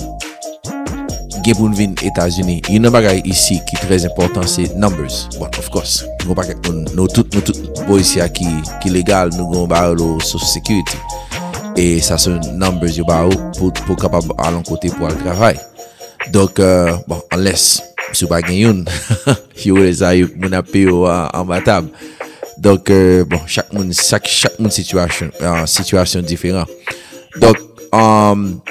gain pour venir aux États-Unis, il y a un bagage ici qui est très important, c'est numbers. Bon, of course, nous pas nous tout nous tout boy ici qui qui légal nous gon ba le social security et ça sont numbers yo ba pour pour capable à l'un côté pour le travail. Donc euh, bon, on laisse si pas gagner yo les a mon appel en ma table. Donc euh, bon, chaque monde chaque chaque monde situation euh, situation différent. Donc um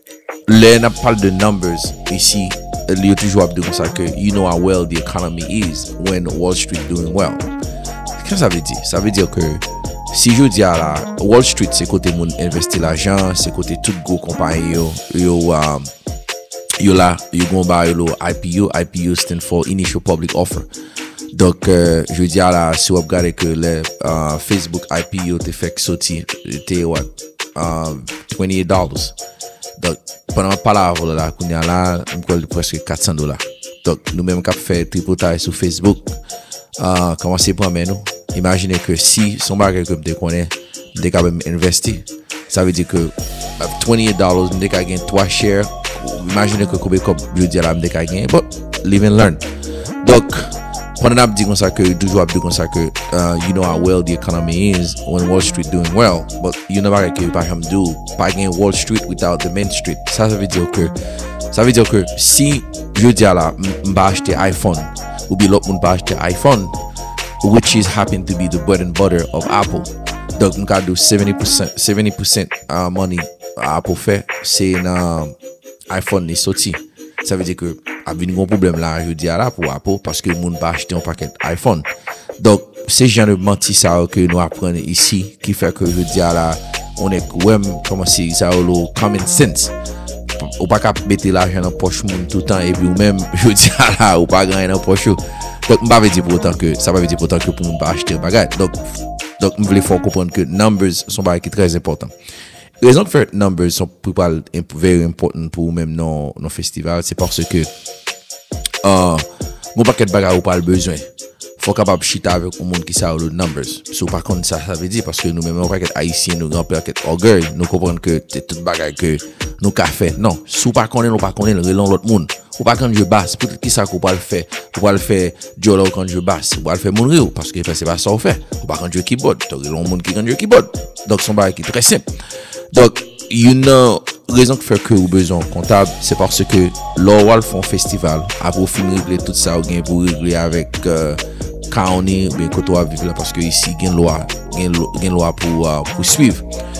là on parle de numbers ici, il y a toujours de ça que you know how well the economy is when Wall Street doing well. Qu'est-ce que ça veut dire? Ça veut dire que si je dis à la Wall Street c'est côté monde investir l'argent, c'est côté toute gros compagnie yo yo um, yo là yo gon ba yo I P O. I P O stand for Initial Public Offer. Donc euh, je dis à la si vous regardez que le uh, Facebook I P O te fait sortir était what uh, twenty-eight dollars. Donc pendant pas la là qu'on y a là on coûte presque quatre cents dollars. Donc nous même cap fait tripotage sur Facebook. Uh, comment c'est pour nous? Imaginez que si son bagage comme tu connais, tu as même investi. Ça veut dire que twenty-eight dollars, tu as gagné trois shares imaginez que combien comme je dis à la m'de ka gagner, but live and learn. Donc pendant ap dit comme ça que toujours ap dit comme ça que uh, you know how well the economy is when Wall Street doing well, but you know pas que par exemple do pas gagner Wall Street without the Main Street. Ça ça veut dire que ça veut dire que si je dis à la m'ba acheter iPhone ou bien l'autre monde pas acheter iPhone, which is happen to be the bread and butter of Apple. Donc m'ka do seventy percent seventy percent uh, money Apple fait c'est un iPhone ni sorti. Ça veut dire que a venu un problème là je dis à la pour Apple parce que monde pas acheter un paquet iPhone. Donc c'est genre de menti ça que nous apprenons ici qui fait que je dis à la on est ouais comment si ça le common sense. Ou pas cap mettre l'argent dans poche monde tout le temps et puis ou même je dis à la ou pas gagner dans poche. Donc m'pa veut dire pour autant que ça va veut dire pour autant que pour monde pas acheter bagage. Donc donc me voulais faut comprendre que numbers sont bagage qui très important. Raison que faire numbers sont pas very important pour même non non festival, c'est parce que euh mon paquet de bagages ou pas le besoin. Faut capable chita avec un monde qui sait le numbers. So par contre ça ça veut dire parce que nous même on paquet haïtien nous grand paquet orgueil, nous comprendre que c'est tout bagage que nous qu'a fait. Non, sous pas connaître nous pas connaître relon l'autre monde. Ou pas quand je basse, peut-être qui ça qu'on pas le faire. Ou pas le faire Jolo quand je basse, ou pas le faire mon rio parce que c'est pas ça on fait. Ou pas quand je keyboard, donc relon monde qui quand je keyboard. Donc son bagage qui est très simple. Donc, you know, raison que fait que vous besoin comptable, c'est parce que l'Oral font festival, après fin régler tout ça, ou bien pour régler avec euh, county, bien que toi vivre là, parce que ici, il y a une loi, il y a une loi pour, uh, pour suivre.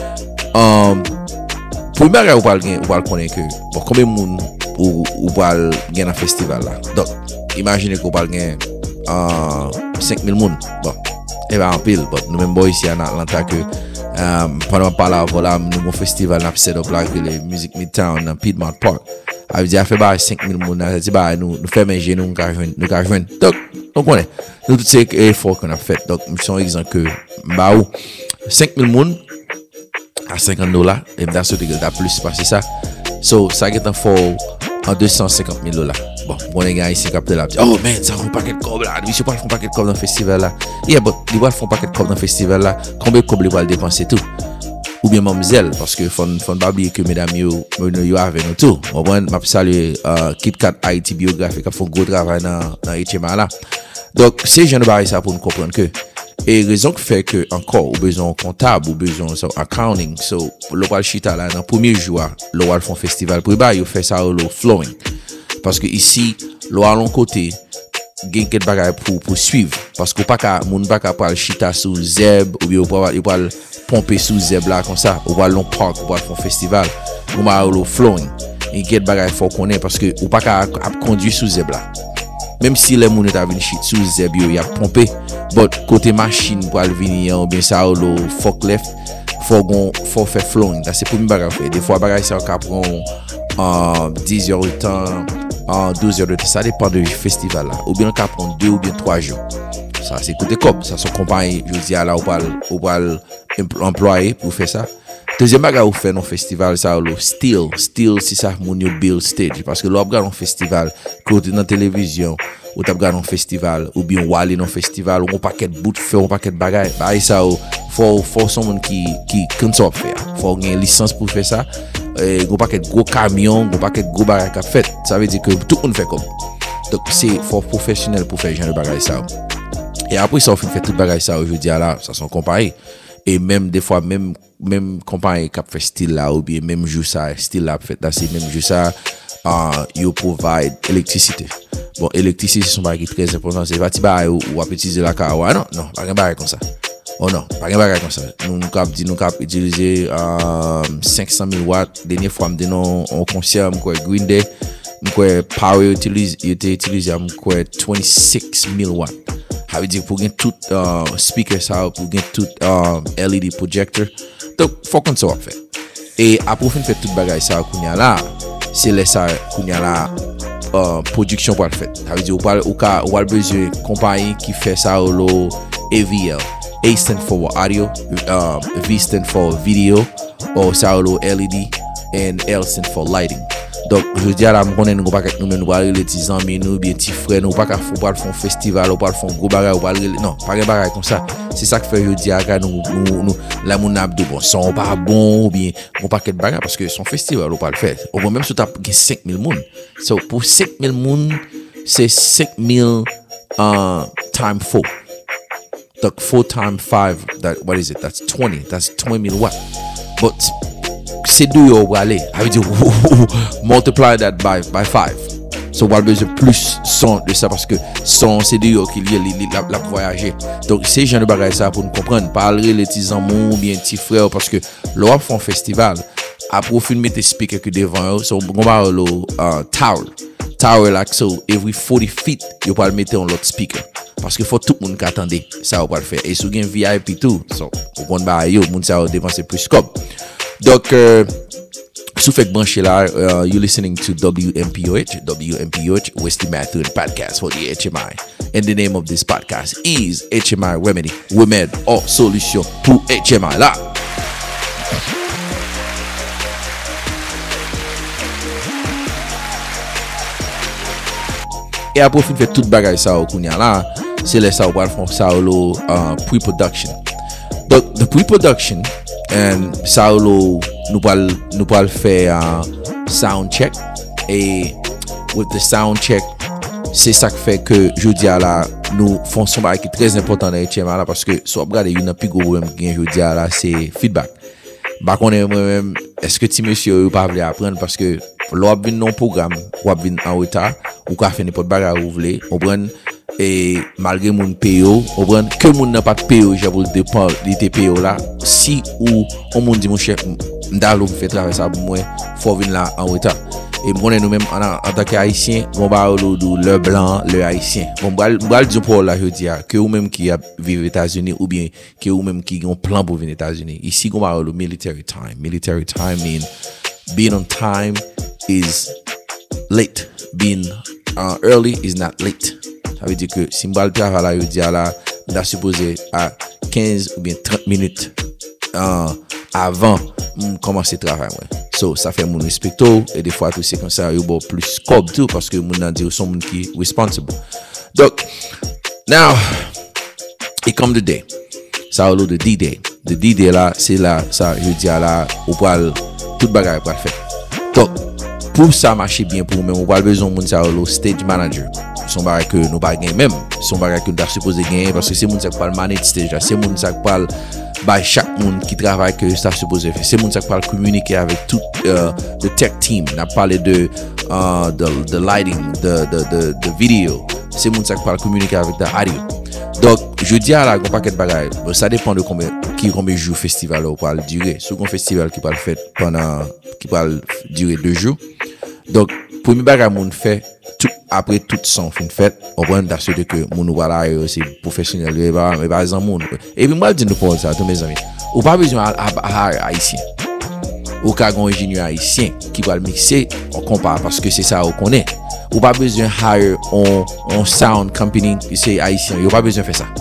Um, pour me regarder, vous allez connaître que, bon, combien de monde ou vous allez gagner un festival là. Donc, imaginez que vous allez gagner uh, cinq mille personnes. Bon, et bien en pile, bon, nous même boys ici en Atlanta que Um, pendant par là voilà nous un festival n'a set up là que les music midtown dans Piedmont Park a dit a fait ba cinq mille moun a dit ba nous nous faire manger nous ka joindre nous ka joindre donc donc on est nous tout c'est effort qu'on a fait donc son exemple que ba ou cinq mille moun à cinquante dollars et dans ce que da plus passer ça so ça get un fall en deux cent cinquante mille dollars. Bon, mon gars ici capte là. Oh man, ça font paquet de cob là. Lui, je pas font paquet de cob dans festival là. Yeah, but ils vont font paquet de cob dans festival là. Combien de cob ils vont dépenser tout? Ou bien mademoiselle parce que font font pas oublier que mesdames yo yo avec nous tout. Bon, m'a saluer euh KitKat I T biographique qui font gros travail dans dans H M A là. Donc, c'est genre de bail ça pour nous comprendre que et raison que fait que encore au besoin comptable ou besoin so accounting so l'oral chita là dans premier jour l'oral font festival pour ba yo fait ça au flowing parce que ici l'oral l'on côté gain quelque bagage pour pour suivre parce que pas ka moun pas ka pas chita sous zeb ou bien pas pas pomper sous zeb là comme ça ou va long park ou va font festival ou ma au flowing et quelque bagage faut connaître parce que ou pas ka conduire sous zeb là. Même si les moun ta vinn shit sous zeb yo y a pompé but côté machine pour aller venir ou bien ça le forklift faut gon faut faire flowing ça c'est pour me bagage faire des fois bagage ça ka prend en dix heures de temps en douze heures de temps ça dépend du festival là ou bien ka prend deux ou bien trois jours ça c'est côté cop ça son compagnie je dis à là ou pas ou pas employé pour faire ça. Deuxième bagage ou fait non festival ça le still still si ça mon yo build stage parce que l'op regarde un festival côté dans télévision ou t'as regarde un festival ou bien ou aller dans festival ou un paquet de bout de feu un paquet de bagages bah ça faut faut someone qui qui conçoit faire faut une licence pour faire ça et un paquet de gros camions un paquet de gros bagages qu'a fait ça veut dire que tout le monde fait comme donc c'est faut professionnel pour faire genre de bagages ça et après ça on fait tout bagages ça aujourd'hui là ça sont comparés et même des fois même même compagnie qui fait style là ou bien même jour ça style là fait là c'est même jour ça uh, you provide électricité bon électricité c'est un bagage très important c'est pas ti ba ou ou utiliser la car ouais non non pas un bagage comme ça oh non pas un bagage comme ça nous nous cap dit nous cap utiliser euh, cinq cent mille watts dernière fois me donne on concert quoi Green Day quoi power utilise il était utilisé quoi vingt-six mille watts. Ça veut dire pour gagner tout uh, speaker ça pour gagner tout uh, L E D projector donc faut qu'on soit fait et après fin fait tout bagage ça kounya là c'est les ça kounya là uh, production pour le fait ça veut dire ou pas ou ka ou a besoin compagnie qui fait ça au A V L A stand for audio uh, V stand for video ou ça au L E D and L stand for lighting Donc je dis à la m'konn nous pas nous nous pas les petits amis nous bien petits frères nous pas faut pas faire festival ou pas faire gros bagarre ou pas non pas bagarre comme ça. C'est ça que fait je dis à nous nous nous la mon abdo bon son pas bon ou bien on pas quelque bagarre parce que son festival ou pas le faire. Au moins même si tu as cinq mille moun. So pour cinq mille moun c'est cinq mille uh time four. Donc four times five that what is it? That's twenty. That's twenty mille watts. But c'est deux au aller. I veut dire multiply that by by five. So on a besoin plus son de ça parce que son c'est deux qui lié la la voyager. Donc ces gens de bagaille ça pour nous comprendre parler les petits amours ou bien petits frères parce que l'on fait un festival après au film mettre speaker que devant so on va le uh, tower tower like so every forty feet you peut le mettre en l'autre speaker parce que faut tout le monde qui attendait ça on va le faire et sous gain V I P tout so on va yo monde ça dépenser plus comme donc euh, sous fait brancher là uh, you listening to W M P O H W M P O H Wesley Matthew podcast for the H M I and the name of this podcast is H M I Remedy Remède or solution pour H M I là. Et après fin fait toute bagaille ça au kounya là c'est les ça on va faire ça au pre-production. Donc the pre-production and ça au nous pas nous pas faire un sound check et with the sound check c'est ça qui fait que je dis à la nous faisons son bail qui est très important dans H M I là parce que soit regarder une plus gros problème que je dis à la c'est feedback. Bah qu'on est même est-ce que ti monsieur pas veut apprendre parce que l'on vient non programme ou vient en retard ou qu'a fait n'importe bagarre ou voulez on prend et malgré mon payo on prend que mon n'a pas de payo j'ai pour dépend des payo là si ou on me dit mon chef m'dalo fait travail ça pour moi faut venir là en retard et on est nous même en, en tant qu'haïtien on va le blanc le haïtien bon va dire pour là je dis que ou même qui a vivre aux États-Unis ou bien que ou même qui ont plan pour venir aux États-Unis ici on va le military time military time mean being on time is late being uh, early is not late ça veut dire que si m'bal travail là je dis là on supposé à quinze ou bien trente minutes uh, avant de commencer le travail. Ouais. So, ça fait mon respecto et des fois tout c'est comme ça, il y a plus scope tout parce que mon dit sont moun qui responsible. Donc, now, it come the day. Ça au de D-Day. The D-Day là, c'est là, ça, je dis à la, on parle, toute bagarre pour faire. Donc, pour ça marcher bien pour nous, on parle besoin de ça au stage manager. Son bagarre que nous pas gagner même, son bagarre que nous doit supposé gagner parce que c'est moun ça qui parle manage stage, c'est moun ça qui parle by chaque monde qui travaille que ça supposé faire c'est monde ça parle communiquer avec tout uh, the tech team n'a parlé de uh, the the lighting the the the, the video c'est monde ça parle communiquer avec the audio donc je dis à la gon paquet de bagaille ça dépend de combien qui combien de jours festival ou pas durer sur un festival qui va le faire pendant qui va durer deux jours donc premier bagaille monde fait tout après tout son fin fait on prend d'assurer que mon voilà c'est professionnel mais par exemple monde et puis moi je dis nous pour ça tous mes amis ou pas besoin à haïtien ou ka gon ingénieur haïtien qui va le mixer on compare parce que c'est ça on connaît ou pas besoin hire on on sound company c'est haïtien il pas besoin faire ça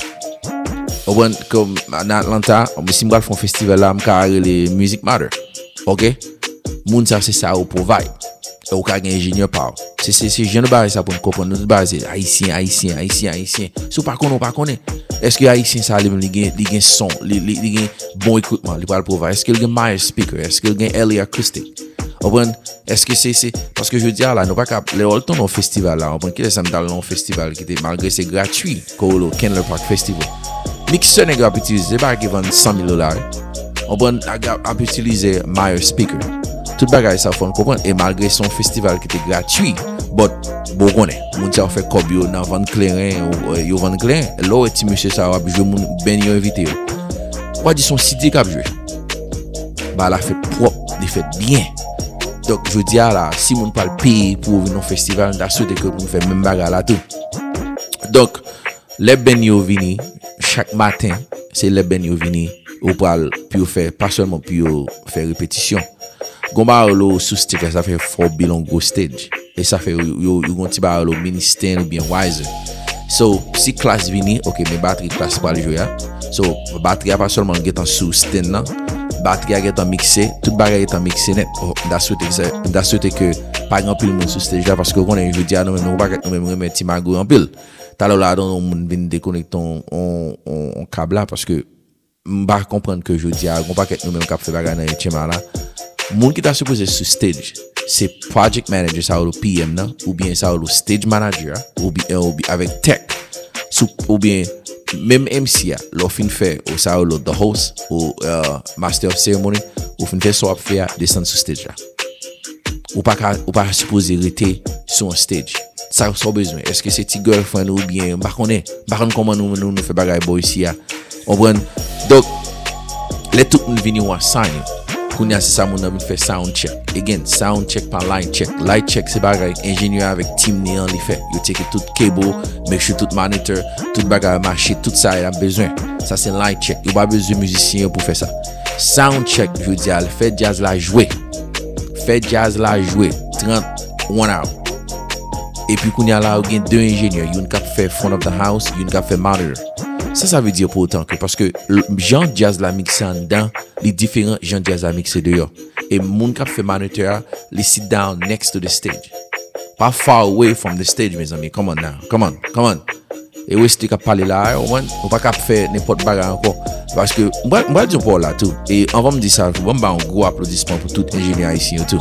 on prend comme en Atlanta on si moi font festival là me les music matter OK moun ça c'est ça au provide ou ka gen ingénieur par c'est c'est c'est jeune base ça pour me comprendre nous base haïtien haïtien haïtien haïtien sous pas connait pas connait est-ce que haïtien ça li gen li gen son li li gen bon équipement li pas le provide est-ce qu'il gen Myers speaker est-ce qu'il gen L A acoustic on est-ce que c'est c'est parce que je dis là nous pas cap le all temps au festival là on prend qu'il ça dans le festival qui était malgré c'est gratuit comme Kenler Park Festival mixeur n'est pas utiliser pas qui vend cent mille dollars on prend a utiliser Myers speaker tout bagaille ça faut comprendre et malgré son festival qui était gratuit but bon connaît moun ça fait comme yo dans vente clairin ou yo vente clairin là et monsieur ça va jouer moun ben yo invité quoi dit son C D cap jouer bah la fait propre il fait bien donc je dis à la si moun pas le payer pour venir au festival d'assurer que moun fait même bagarre là tout donc les ben yo vini chaque matin c'est les ben yo vini ou parle puis faire pas seulement puis faire répétition Gomba lo sous sticker ça fait four billion go stage et ça fait yo yo gon ti ba lo mini stand ou bien wiser so si classe vini OK mais batterie classe pas le jouer so batterie pas seulement get en sous stand là batterie est en mixé, tout bagage est en mixé net. D'as souhaité que d'as souhaité que pas grand pile monde sur stage là parce que on est jeudi à nous même nous pas nous même remettre Timago en pile. Tout à l'heure là on vient déconnecter on on câble là parce que on pas comprendre que jeudi à on pas nous même cap faire bagage dans Chema là. Monde qui t'a supposé sur stage, c'est project manager ça ou le P M là ou bien ça ou le stage manager ou bien ou bien avec tech ou bien même M C a l'on fin fait ou ça ou the host ou uh, master of ceremony ou fin fait soit faire descendre sur stage là ou pas ou pas supposé rester sur un stage ça ça besoin est-ce que c'est ti girlfriend ou bien pas connaît pas connaît comment nous nous fait bagaille boy ici a on prend donc les tout nous venir en sign Kounya c'est ça mon ami fait sound check again sound check par line check light check c'est bagaille ingénieur avec team néant li fait you take tout cable make sure tout monitor tout bagaille marcher tout ça il a besoin ça c'est light check il pas besoin de musicien pour faire ça sound check je veux dire fait jazz la jouer fait jazz la jouer trente one hour et puis kounya là il y a deux ingénieurs une qui fait front of the house une qui fait monitor. Ça, ça veut dire pour autant que parce que Jean Jazz la mixé en dedans, les différents Jean Jazz la mixé dehors. Et mon cap fait moniteur, les sit down next to the stage. Pas far away from the stage, mes amis. Come on now. Come on. Come on. Et où est-ce que tu as parlé là? On va pas faire n'importe quoi encore. Parce que, moi, moi, je dis là tout. Et on va me dire ça, on va me faire un gros applaudissement pour tout ingénieur ici et tout.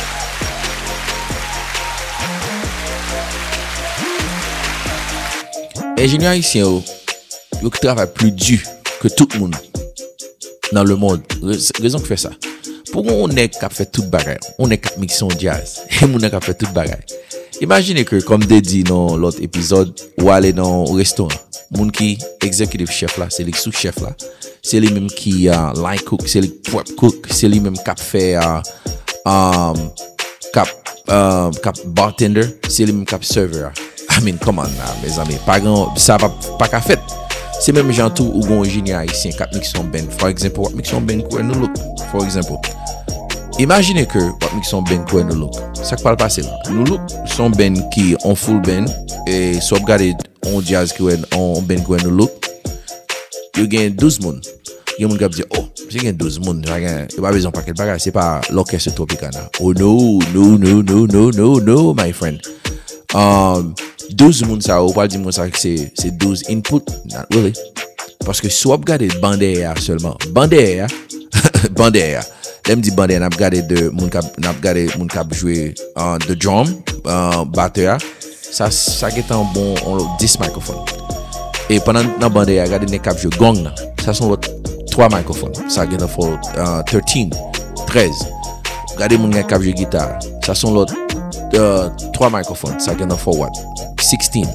Ingénieur ici, yo qui travaille plus dur que tout le monde dans le monde. Raison que fait ça. Pourquoi on est qui fait toute bagaille? On est qui mixer jazz. Et on est qui fait toute bagaille. Imaginez que, comme je dit dans l'autre épisode, ou aller dans un restaurant, mon qui executive chef là, c'est le sous-chef là, c'est lui même qui uh, line cook, c'est lui prep cook, c'est lui même qui fait uh, um, cap, uh, cap bartender, c'est lui même qui serveur. I mean, come on now, mes amis. Pas grand, ça va pas qu'à fait. C'est même gens tout ou gon ingénieur ici qui mixon ben. For example, what mixon ben quoi nous look. For example. Imaginez que what mixon ben quoi nous look. Ça qui parle passer là. Nous look son ben qui on full ben et soit regarder on jazz qui on ben quoi nous look. You gain douze moun. Yo moun qui dit oh, c'est gain douze moun. Il pas besoin pas quel bagage, c'est pas l'orchestre Tropicana. Oh no, no, no, no, no, no, no, my friend. Um douze moun ça ou pas dire moi ça que c'est c'est douze input not really parce que soit regarder bandé seulement bandé bandé l'aime dit bandé n'a regardé de moun cap n'a regardé moun cap jouer uh, the drum uh, batteur ça ça qui est un bon dix microphones et pendant dans bandé regardé les cap jouer gong là ça sont l'autre trois microphones ça qui est for uh, treize treize regardez moun cap jouer guitare ça sont l'autre uh, trois microphones ça qui est for what sixteen.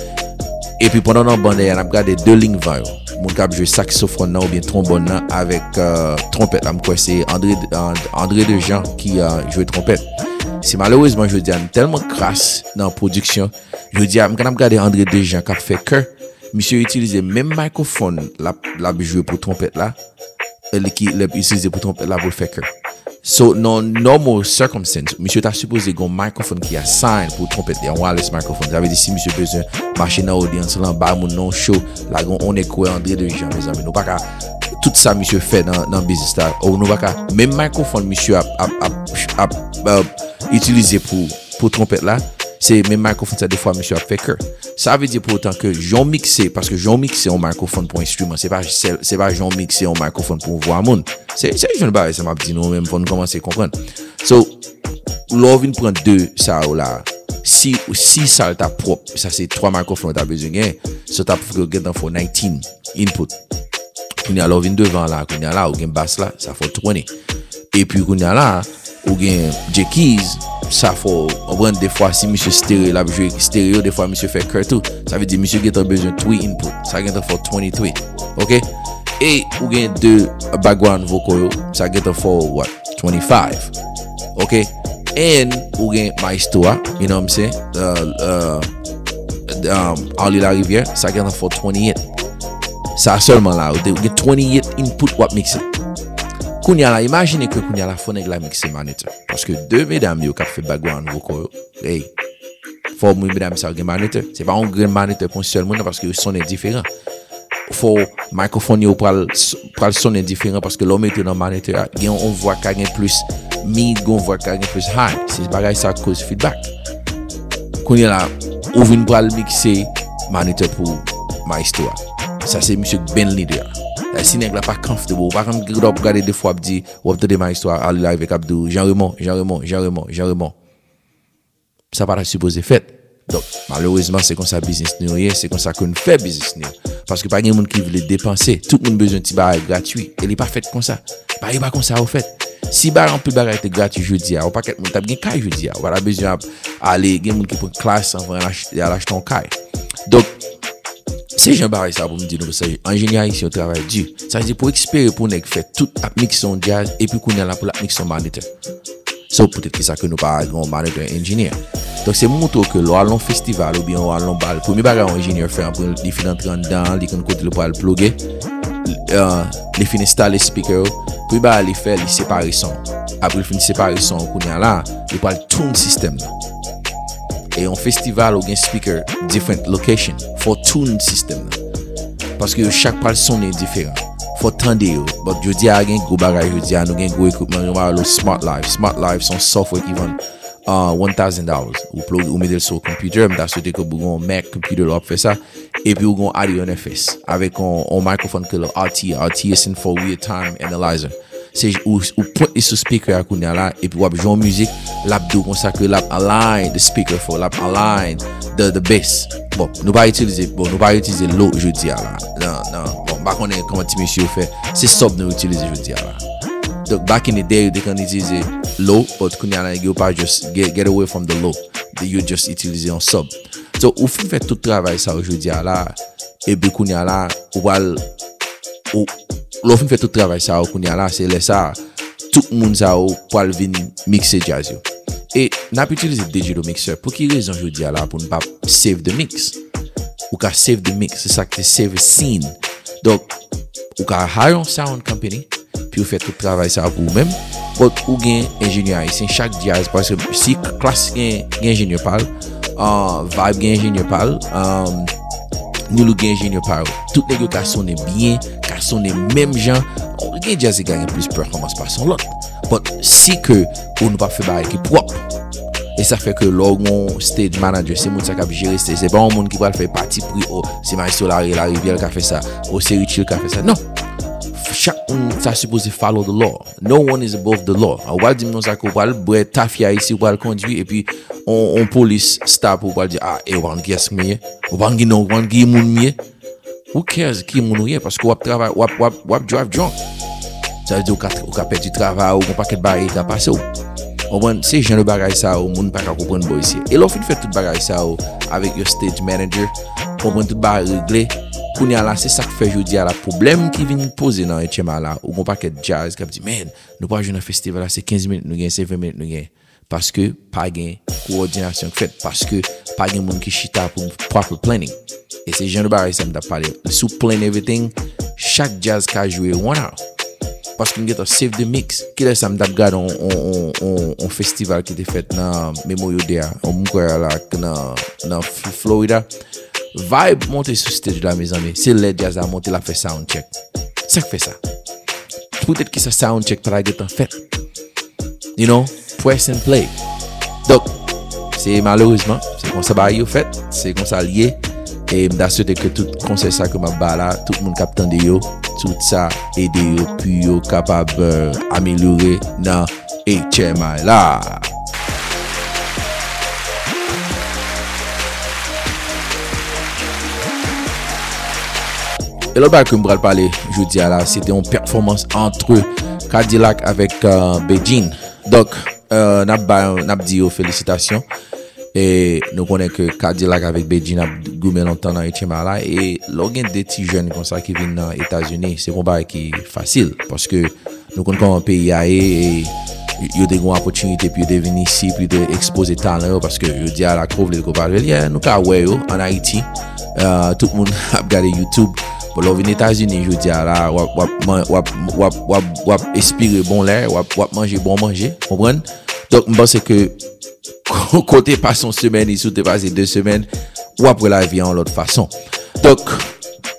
Et puis pendant notre bande, on a regardé deux lignes voix. Mon cap jouer saxophone ou bien trombone avec euh, trompette. C'est André André Dejean qui a euh, joué trompette. C'est malheureusement je dis tellement crasse dans la production. Je dis quand on regarde André Dejean qui a fait que monsieur utilisait même microphone la la jouer pour trompette là, qui l'a utilisé pour trompette là pour faire que. So, non normal circumstance, monsieur t'a supposé un microphone qui a sign pour trompette, un wireless microphone. Ça veut dire si monsieur besoin marcher dans l'audience, là, bah, mon non show, là, on est quoi, André Dejean, mes amis. Nous pas qu'à, tout ça, monsieur fait dans, dans business là. Ou nous pas qu'à, même microphone, monsieur a, a, a, a, a, a utilisé pour, pour trompette là, c'est même microphone, ça, des fois, monsieur a fait que. Ça veut dire pour autant que j'en mixé, parce que j'en mixé un microphone pour instrument, c'est pas, c'est, c'est pas j'en mixé un microphone pour voir monde. C'est, c'est, je ne sais pas, ça m'a dit nous même pour nous commencer à comprendre. So, l'on vient prendre deux, ça, là. Si, si ça t'a propre, ça c'est trois microphones t'as besoin de gagner, so t'as pour get dans for nineteen input. Qu'on y a l'on vient devant là, qu'on y a là, ou gain basse là, ça fait vingt. Et puis qu'on y a là, ou gain J-Keys, ça faut on prend des fois si monsieur stéréo la jouer stéréo des fois monsieur fait cœur tout ça veut dire monsieur qui a besoin de trois input ça gagne for twenty-three OK et ou gain deux background vocal ça gagne for what twenty-five OK and ou gain maestro you know what I'm saying uh, uh, um Henri la Rivière ça gagne for twenty-eight ça seulement là ou gain twenty-eight input what mix it. Kounya la, imaginez que Kounya la fone la mixer monitor. Parce que deux mesdames yo qui fait background vocal. Hey. Faut moi mesdames ça gen monitor. C'est pas un grand monitor pour seul monde parce que le son est différent. faut microphone yo pral pral sonner différent parce que l'homme était dans moniteur gen on voit ka gen plus mid on voit ka gen plus high c'est bagay ça cause feedback qu'on y là ou vinn pral mixer moniteur pour ma histoire ça c'est monsieur Ben Leader la sinek la pas comfortable pas comme regarder des fois dit ou de ma histoire à live avec Abdou Jean Raymond Jean Raymond Jean Raymond Jean Raymond ça pas supposé fait. Donc, malheureusement, c'est comme ça business nous c'est comme ça qu'on fait business nous. Parce que pas de monde qui veut dépenser. Tout le monde besoin de petit baril gratuit. Elle est pas faite comme ça. Bah, il pas comme ça au fait. Si bar en plus baril était gratuit jeudi, on pas qu'être monde t'a bien caille jeudi. On a besoin aller gen monde qui prend classe en va acheter un caille. Donc, c'est Jean Barry ça pour me dire nous ça ingénieur ici au travail dur. Ça veut dire pour expérimenter pour nèg faire toute mixon jazz et puis qu'on est là pour la mixon moniteur. So peut-être que ça que nous pas un moniteur ingénieur. Donc c'est montre que l'on festival ou bien l'on bal premier bagage ingénieur fait pour les fin entrer dedans, les côté le pour le plugger euh les fin installer speaker puis bah les faire les séparer son. Après le fin séparer son qu'on est là, il pour le tune system. Et en festival ou bien speaker different location for tune system. Parce que chaque parle son est différent. Faut tendre yo. But je dis à gen go bagage, je dis à nous gen go équipement, nous le Smart Live. Smart Live son software qui vend uh, one thousand dollars. Ou plug ou mettre sur computer, mais d'ailleurs que vous un Mac computer là fait ça et puis vous gon audio interface avec un, un microphone que le R T R T is in for real time analyzer. C'est ou ou point sur speaker à kounya là et puis ou jouer musique, l'abdo comme ça que l'ap align the speaker for l'ap align the the bass. Bon, nous pas utiliser bon, nous pas utiliser l'eau je dis là. Non non. Bon, bah connaît comment petit monsieur fait. C'est sub nous utiliser je dis là. Donc back in the day, they can utiliser low, but kounya là you pas just get, get away from the low. They you just utiliser en sub. So ou fait tout travail ça aujourd'hui là et puis kounya là ou va ou l'on fait tout travail ça au kounya là c'est là ça tout le monde ça pour venir mixer jazz yo. Et n'a pas utilisé digital mixer pour qui raison je dis là pour ne pas save the mix ou ka save the mix c'est ça que save scene. Donc ou ka hire un sound company puis vous faites tout travail ça pour vous-même but ou gain ingénieur ici chaque jazz parce que si classe gain ingénieur parle euh vibe gain ingénieur parle euh nous le gain ingénieur parle toutes les gars sonner bien car sonner même gens on gain jazz gagne plus performance par son l'autre but si que on ne pas faire bail qui propre et ça fait que l'orgon stage manager c'est monde ça qui gérer c'est c'est pas un monde qui va le faire partie pris oh c'est Maestro la la rivière qui a fait ça oh c'est Richie qui a fait ça non chaque ça supposé follow the law no one is above the law on va dire nous ça qu'on va le tafia ici on va le conduire et puis on on police stop on va dire ah et on va guess mieux on va dire non on va dire moun mieux who cares qui moun mieux parce que on travaille on on on drive drunk ça veut dire qu'on a perdu du travail ou qu'on paquet de baril qui a passé on bon c'est genre de bagage ça au monde pas comprendre boy ici et l'offre fait tout bagage ça avec your stage manager on prend tout bagage réglé kounya là c'est ça qui fait jodi à la problème qui vient poser dans H M A là ou on paquet de jazz qui dit man nous pas jouer un festival là c'est quinze minutes nous gain c'est vingt minutes nous gain parce que pas gain coordination fait parce que pas gain monde qui chita pour proper planning et c'est genre de bagage ça me t'a parlé sous plan everything chaque jazz qu'a joué one hour parce qu'on get a save the mix qui laisse ça me regarder on on on on festival qui était fait dans Memorial Day on m'croire là dans dans Florida vibe monter sur stage là mes amis c'est les jazz à monter la fait sound check ça fait ça peut-être que ça sound check para get en fait you know press and play donc c'est malheureusement c'est comme ça bah yo fait c'est comme ça lié et m'assurer que tout conseil ça que m'a ba là tout le monde captant de yo tout ça aider yo puis yo capable euh, améliorer dans H M I là. Et là que me parler jeudi là c'était une performance entre Cadillac avec euh, Beijing. Donc euh n'a n'a dit félicitations. Et nous connaissons que Cadillac avec Beijing a goumé longtemps dans H M A là et l'organe des petits jeunes comme ça qui viennent dans les États-Unis c'est pas qui facile parce que nous connaissons un pays et il y a des grandes opportunités puis de venir ici puis de exposer talent parce que je dis à la Crove les copains yeah nous ka ouais en Haïti euh, tout le monde a regardé YouTube pour les États-Unis je dis à la wap wap wap wap wap wap inspirer bon l'air wap wap manger bon manger comprendre donc je pense que côté pas son semaine, il s'est passé deux semaines ou après la vie en l'autre façon. Donc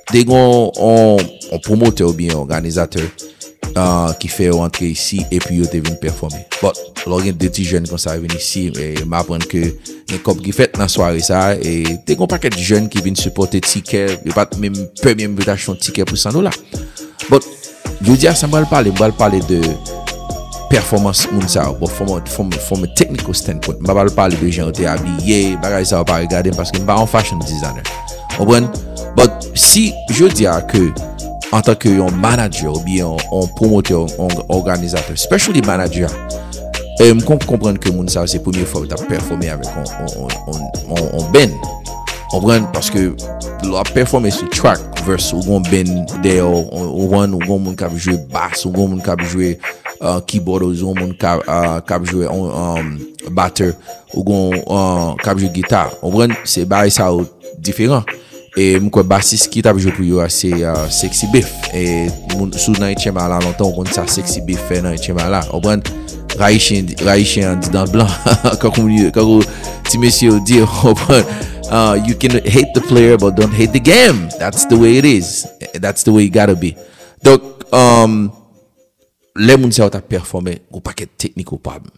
des gars on on promoteur ou bien organisateur uh, qui fait rentrer ici et puis ils viennent performer. But là il y a des petits jeunes comme ça viennent ici et m'apprendre que un cop qui fait dans soirée ça et des gros paquet de jeunes qui viennent supporter ticket, il pas même première invitation ticket pour cent dollars. But je dis à ça va parler, va parler de performance moun ça bon from from from a technical standpoint. On va parler de gens qui sont habillés, bagage ça va pas regarder parce que pas en fashion designer. Comprendre? But si je dis que en tant que un manager ou bien un promoteur, un organisateur, especially manager, et me comprendre que moun ça c'est première fois que tu as performé avec on on on on ben. Comprendre parce que la performer sur track versus ou gon ben there ou one ou gon moun qui jouer bass ou gon moun qui jouer Uh, keyboard ou gon moun ka uh, ka jouer um, batteur ou gon uh, ka jouer guitare on prend c'est bail ça différent et m'ko bassiste qui t'a joué pour yo c'est uh, Sexy Beef et sous dans chema là longtemps on ça Sexy Beef fait dans chema là on prend Raïchien Raïchien dit dans blanc quand quand ti monsieur dit on prend uh, you can hate the player but don't hate the game. That's the way it is. That's the way you gotta be. Donc um les moun sa ta performer ou paquet technique ou pas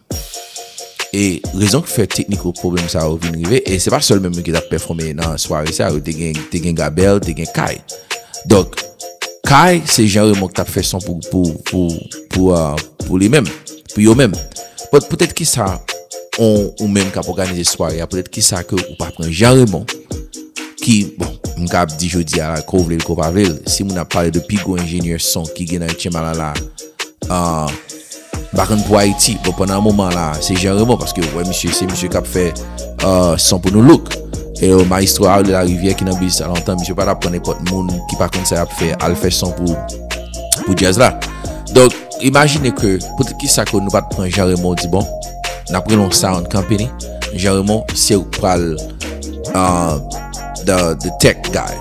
et raison que fait technique au problème ça vient arriver et c'est pas seulement même qui t'a performer dans soirée ça ou t'es gain t'es gain Gabel t'es gain Kai donc Kai c'est genre que t'a fait son pour pour pour pour uh, pour lui même pour eux même peut-être que ça on ou même cap organiser soirée peut-être que ça que ou pas prendre genre qui bon m'cap dit jodi à couvler le copavel si on a parlé de Pigo ingénieur son qui gagne dans chema là Uh, par contre pour Haïti bon, pendant un moment là c'est généralement parce que ouais monsieur c'est monsieur qui a fait uh, son pour nous look et au uh, maestro de la rivière qui n'a bis à longtemps monsieur pas prendre n'importe monde qui par contre ça a fait al faire son pour pour jazz là donc imaginez que peut-être qui ça que nous pas prendre généralement dit bon n'a pris long sound company généralement c'est pour uh, the the tech guy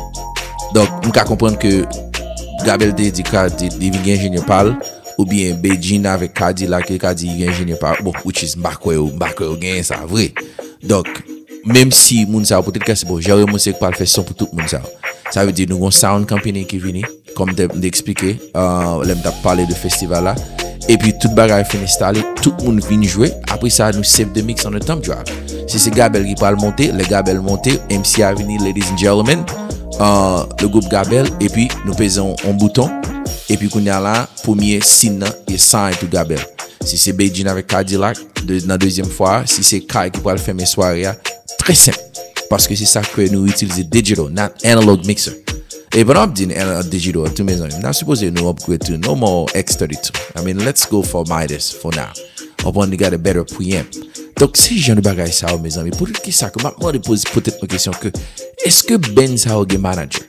donc on peut comprendre que Gabel dit dit ingénieur parle ou bien Beijing avec Cadillac qui dit ingénieur parle bon which is Mbakwe ou Mbakwe ou gain ça vrai donc même si moun ça peut-être que c'est bon j'ai remonté pas faire son pour tout moun ça ça veut dire nous avons sound company qui vient comme d'expliquer euh l'aime t'a parler de festival là et puis toute bagarre fin installé tout le monde vient jouer après ça nous save the mix on the thumb drive si c'est Gabel qui parle monter les Gabel monter M C a venir ladies and gentlemen Uh, le groupe Gabel et puis nous pesons un bouton et puis qu'on y a là premier signe et sign to Gabel si c'est Beijing avec Cadillac de, la deuxième fois si c'est Kai qui va le faire mes soirées très simple parce que c'est ça que nous utilisons digital not analog mixer et bon on dit digital tout mes amis not supposé nous upgrade to no more X thirty-two I mean let's go for Midas for now on va get a better preamp donc si j'ai une bagaille ça mes amis pour qui ça que moi de poser peut-être une question que est-ce que Ben ça est manager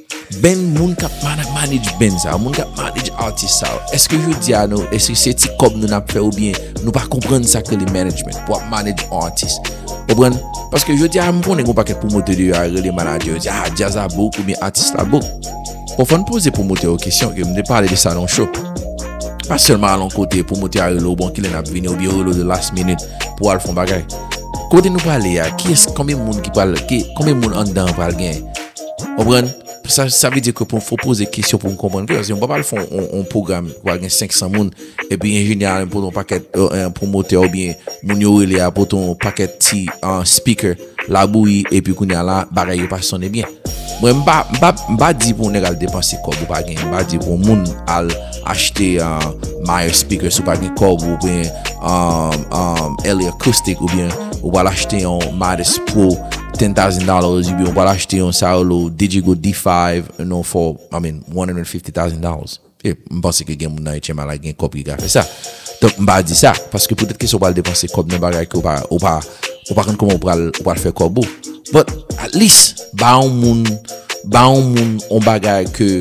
Ben moun kap manage Ben ça moun kap manage artist ça est-ce que je dis à nous est-ce que c'est ti comme nous n'a fait ou bien nous pas comprendre ça que le management pour manage artist comprendre parce que je dis à mon on pas que promoteur de les manager ah jazz a beaucoup ou bien artiste a beaucoup pour faire poser promoteur aux questions que me parler de ça dans show pas seulement à l'un côté promoteur le bon qui l'a venir ou bien le de last minute pour aller faire bagaille côté nous parler qui est combien de monde qui parle qui combien de monde en dedans parle gain comprendre ça ça veut dire que pour faut poser question pour comprendre parce qu'on va pas le faire un programme pour gain cinq cents monde et puis ingénieur pour ton paquet un promoteur ou bien moun yo relé pour ton paquet ti un speaker la bouille et puis qu'on y a là bagaille pas sonner bien moi m'pa m'pa m'pa dit pour négal dépenser quoi pour pas gain m'pa dit pour moun al acheter un Meyer speaker sous pas gain quoi ou bien um um L A acoustic ou bien ou va l'acheter un Midas Pro ten thousand dollars ou bien on va l'acheter un Saulo Digigo D five you know for I mean one hundred fifty thousand dollars et je pense que gain moun na chema la gain copie qui a fait ça donc m'pa dit ça parce que peut-être que ça va dépenser comme dans bagaille ou pas ou pas ou pas comment on va on va faire quoi but at least ba un moun ba un moun on bagaille que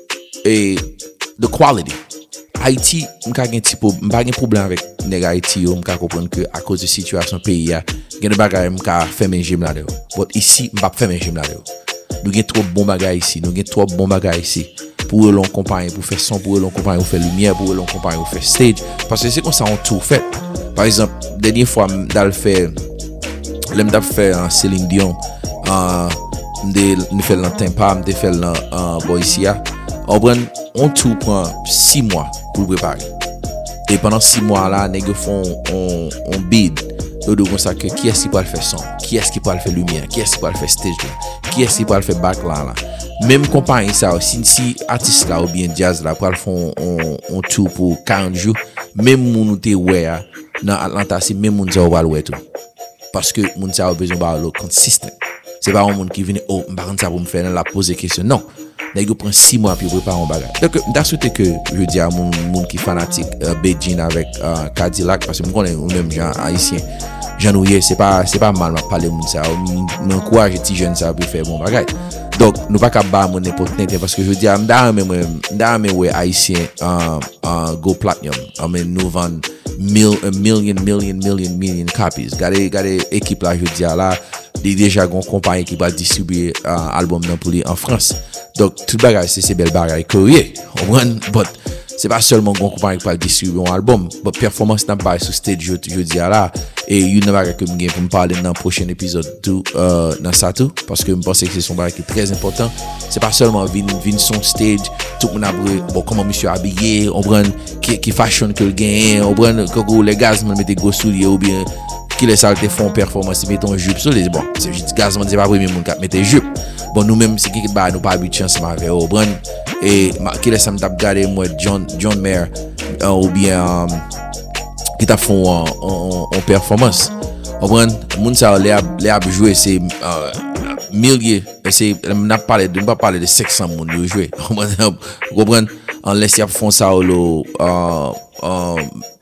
et the quality Haïti m'ka gen tipo m'pa gen problème avec nèg Haïti ou m'ka comprendre que à cause de situation pays a gen de bagaille m'ka faire mes gym là dedans but ici m'pa faire mes gym là dedans nous gen trop bon bagaille ici nous gen trop bon bagaille ici pour l'on compagnie pour faire son pour l'on compagnie pour faire lumière pour l'on compagnie pour faire stage parce que c'est comme ça on tout fait par exemple dernière fois dans le faire l'aime t'a fait Céline Dion euh nous fait dans Tampa, nous fait dans Boisia. On prend on tout prend six mois pour préparer. Et pendant six mois là, nèg font on on bid. Nous devons ça que qui est-ce qui peut le faire son, qui est-ce qui peut le faire lumière, qui est-ce qui peut le faire stage là, qui est-ce qui peut le faire back là là. Même compagnie ça si si artiste là ou bien jazz là pour le font on on tour pour quarante jours, même moun te ouais dans Atlanta c'est même moun ça va le tout. Parce que moun ça a besoin de consistant. C'est pas un monde qui vient oh m'pa ça pour me faire la poser question non. Nèg prend six mois pour préparer un bagage. Donc d'à souhaiter que je dis à mon monde qui fanatique uh, Beijing avec uh, Cadillac parce que moi connais même gens haïtien. Jean Ouye c'est pas c'est pas mal m'a parler moun ça. M'encourage petit jeune ça pour faire bon bagage. Donc nous pas capable mon n'importe parce que je dis à m'da même m'da même ouais haïtien uh, uh, go platinum. I mean nous vend mil, a million million million million copies. Gade gade équipe là je dis là déjà une compagnie qui va distribuer un uh, album pour lui en France. Donc tout bagage c'est ces belles bagages courrier. But c'est pas seulement une compagnie qui va distribuer un album, mais performance n'a pas sur stage je je dis là et une bagage que me pour me parler dans le prochain épisode tout euh, dans ça tout parce que je pense que c'est son bagage qui est très important. C'est pas seulement vin vin son stage tout le monde a bon comment monsieur habillé, on prend qui qui fashion que le gain, on prend que les gaz me mettre gros souliers ou bien qui les salles te font performance mettent un jupe sur les bon c'est juste gaz c'est pas premier monde qui mettre jupe bon nous même c'est qui bah nous pas habitué ensemble avec au brand et qui laisse me t'a regarder moi John John Mayer euh, ou bien um, qui t'a font en, en, en performance au brand monde ça les les a jouer c'est euh, milliers c'est on n'a parlé de pas parler de cinq cents monde de jouer vous comprenez en laisse y font ça au euh euh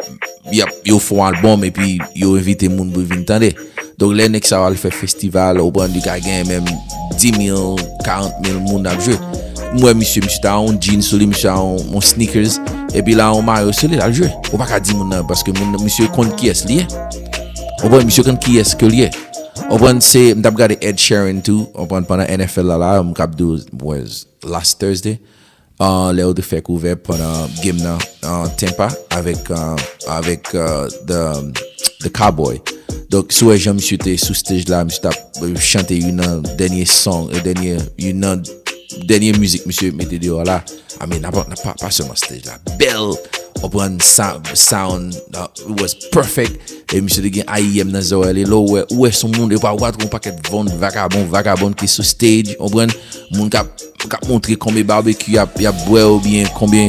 Y'a yo font un album et puis yo invité moun pour venir tendre. Donc les nèg ça va le faire festival au brand du gagne même dix mille, quarante mille moun a jouer. Moi monsieur monsieur ta un jeans sur lui monsieur mon sneakers et puis là on maillot sur lui a jouer. On pas ka dire moun parce que moun monsieur compte qui est lié. Au brand monsieur compte qui est que lié. Au brand c'est m't'a regardé Ed Sheeran tout au brand pendant N F L là là on cap do was last Thursday. Uh, Léo de fait couvert pendant game na uh, Tampa avec uh, avec uh, the the Cowboy. Donc soit je me suis sous stage là, je suis chanté une dernière song, dernière une dernière musique monsieur mettez dehors là. I mean pas pas pas seulement stage là. Belle open sound sound uh, it was perfect. Et monsieur de gain A I M dans Zoé là où où est son monde pas voir un paquet de vendre vagabond vagabond qui sur stage, on prend monde cap cap montrer combien barbecue y a y a boire ou bien combien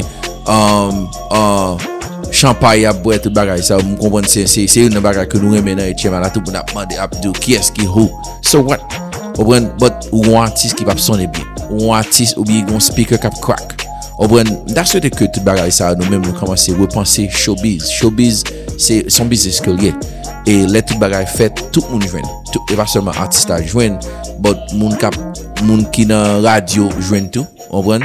um uh, champagne à boire tout bagage ça vous comprenez c'est c'est c'est une bagage que nous aimons dans et là tout monde a demandé Abdou qui est-ce qui who so what on prend but ou un artiste qui va sonner bien ou un artiste ou bien un speaker qui crack on prend that's what que tout bagage ça nous même nous commencer repenser showbiz showbiz c'est son business que lié et les tout bagage fait tout le monde joindre tout et pas seulement artiste à joindre but monde cap monde qui dans radio joindre tout on prend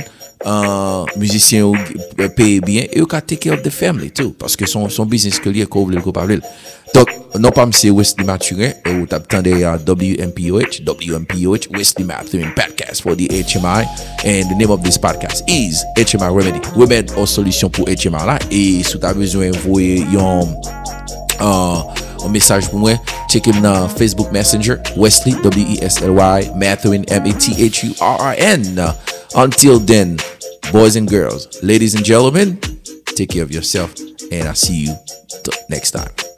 Uh, musicien ou uh, paye bien et ou ka take care of the family too parce que son son business que lié couvre le coupable donc non pas c'est Wesley Mathurin et ou t'attendez à W M P O H W M P O H Wesley Mathurin podcast for the H M I and the name of this podcast is H M I Remedy remède aux solutions pour H M I là et si tu as besoin envoyer un uh, un message pour moi check him dans Facebook Messenger Wesley W E S L Y Mathurin M A T H U R R N. Until then, boys and girls, ladies and gentlemen, take care of yourself, and I'll see you t- next time.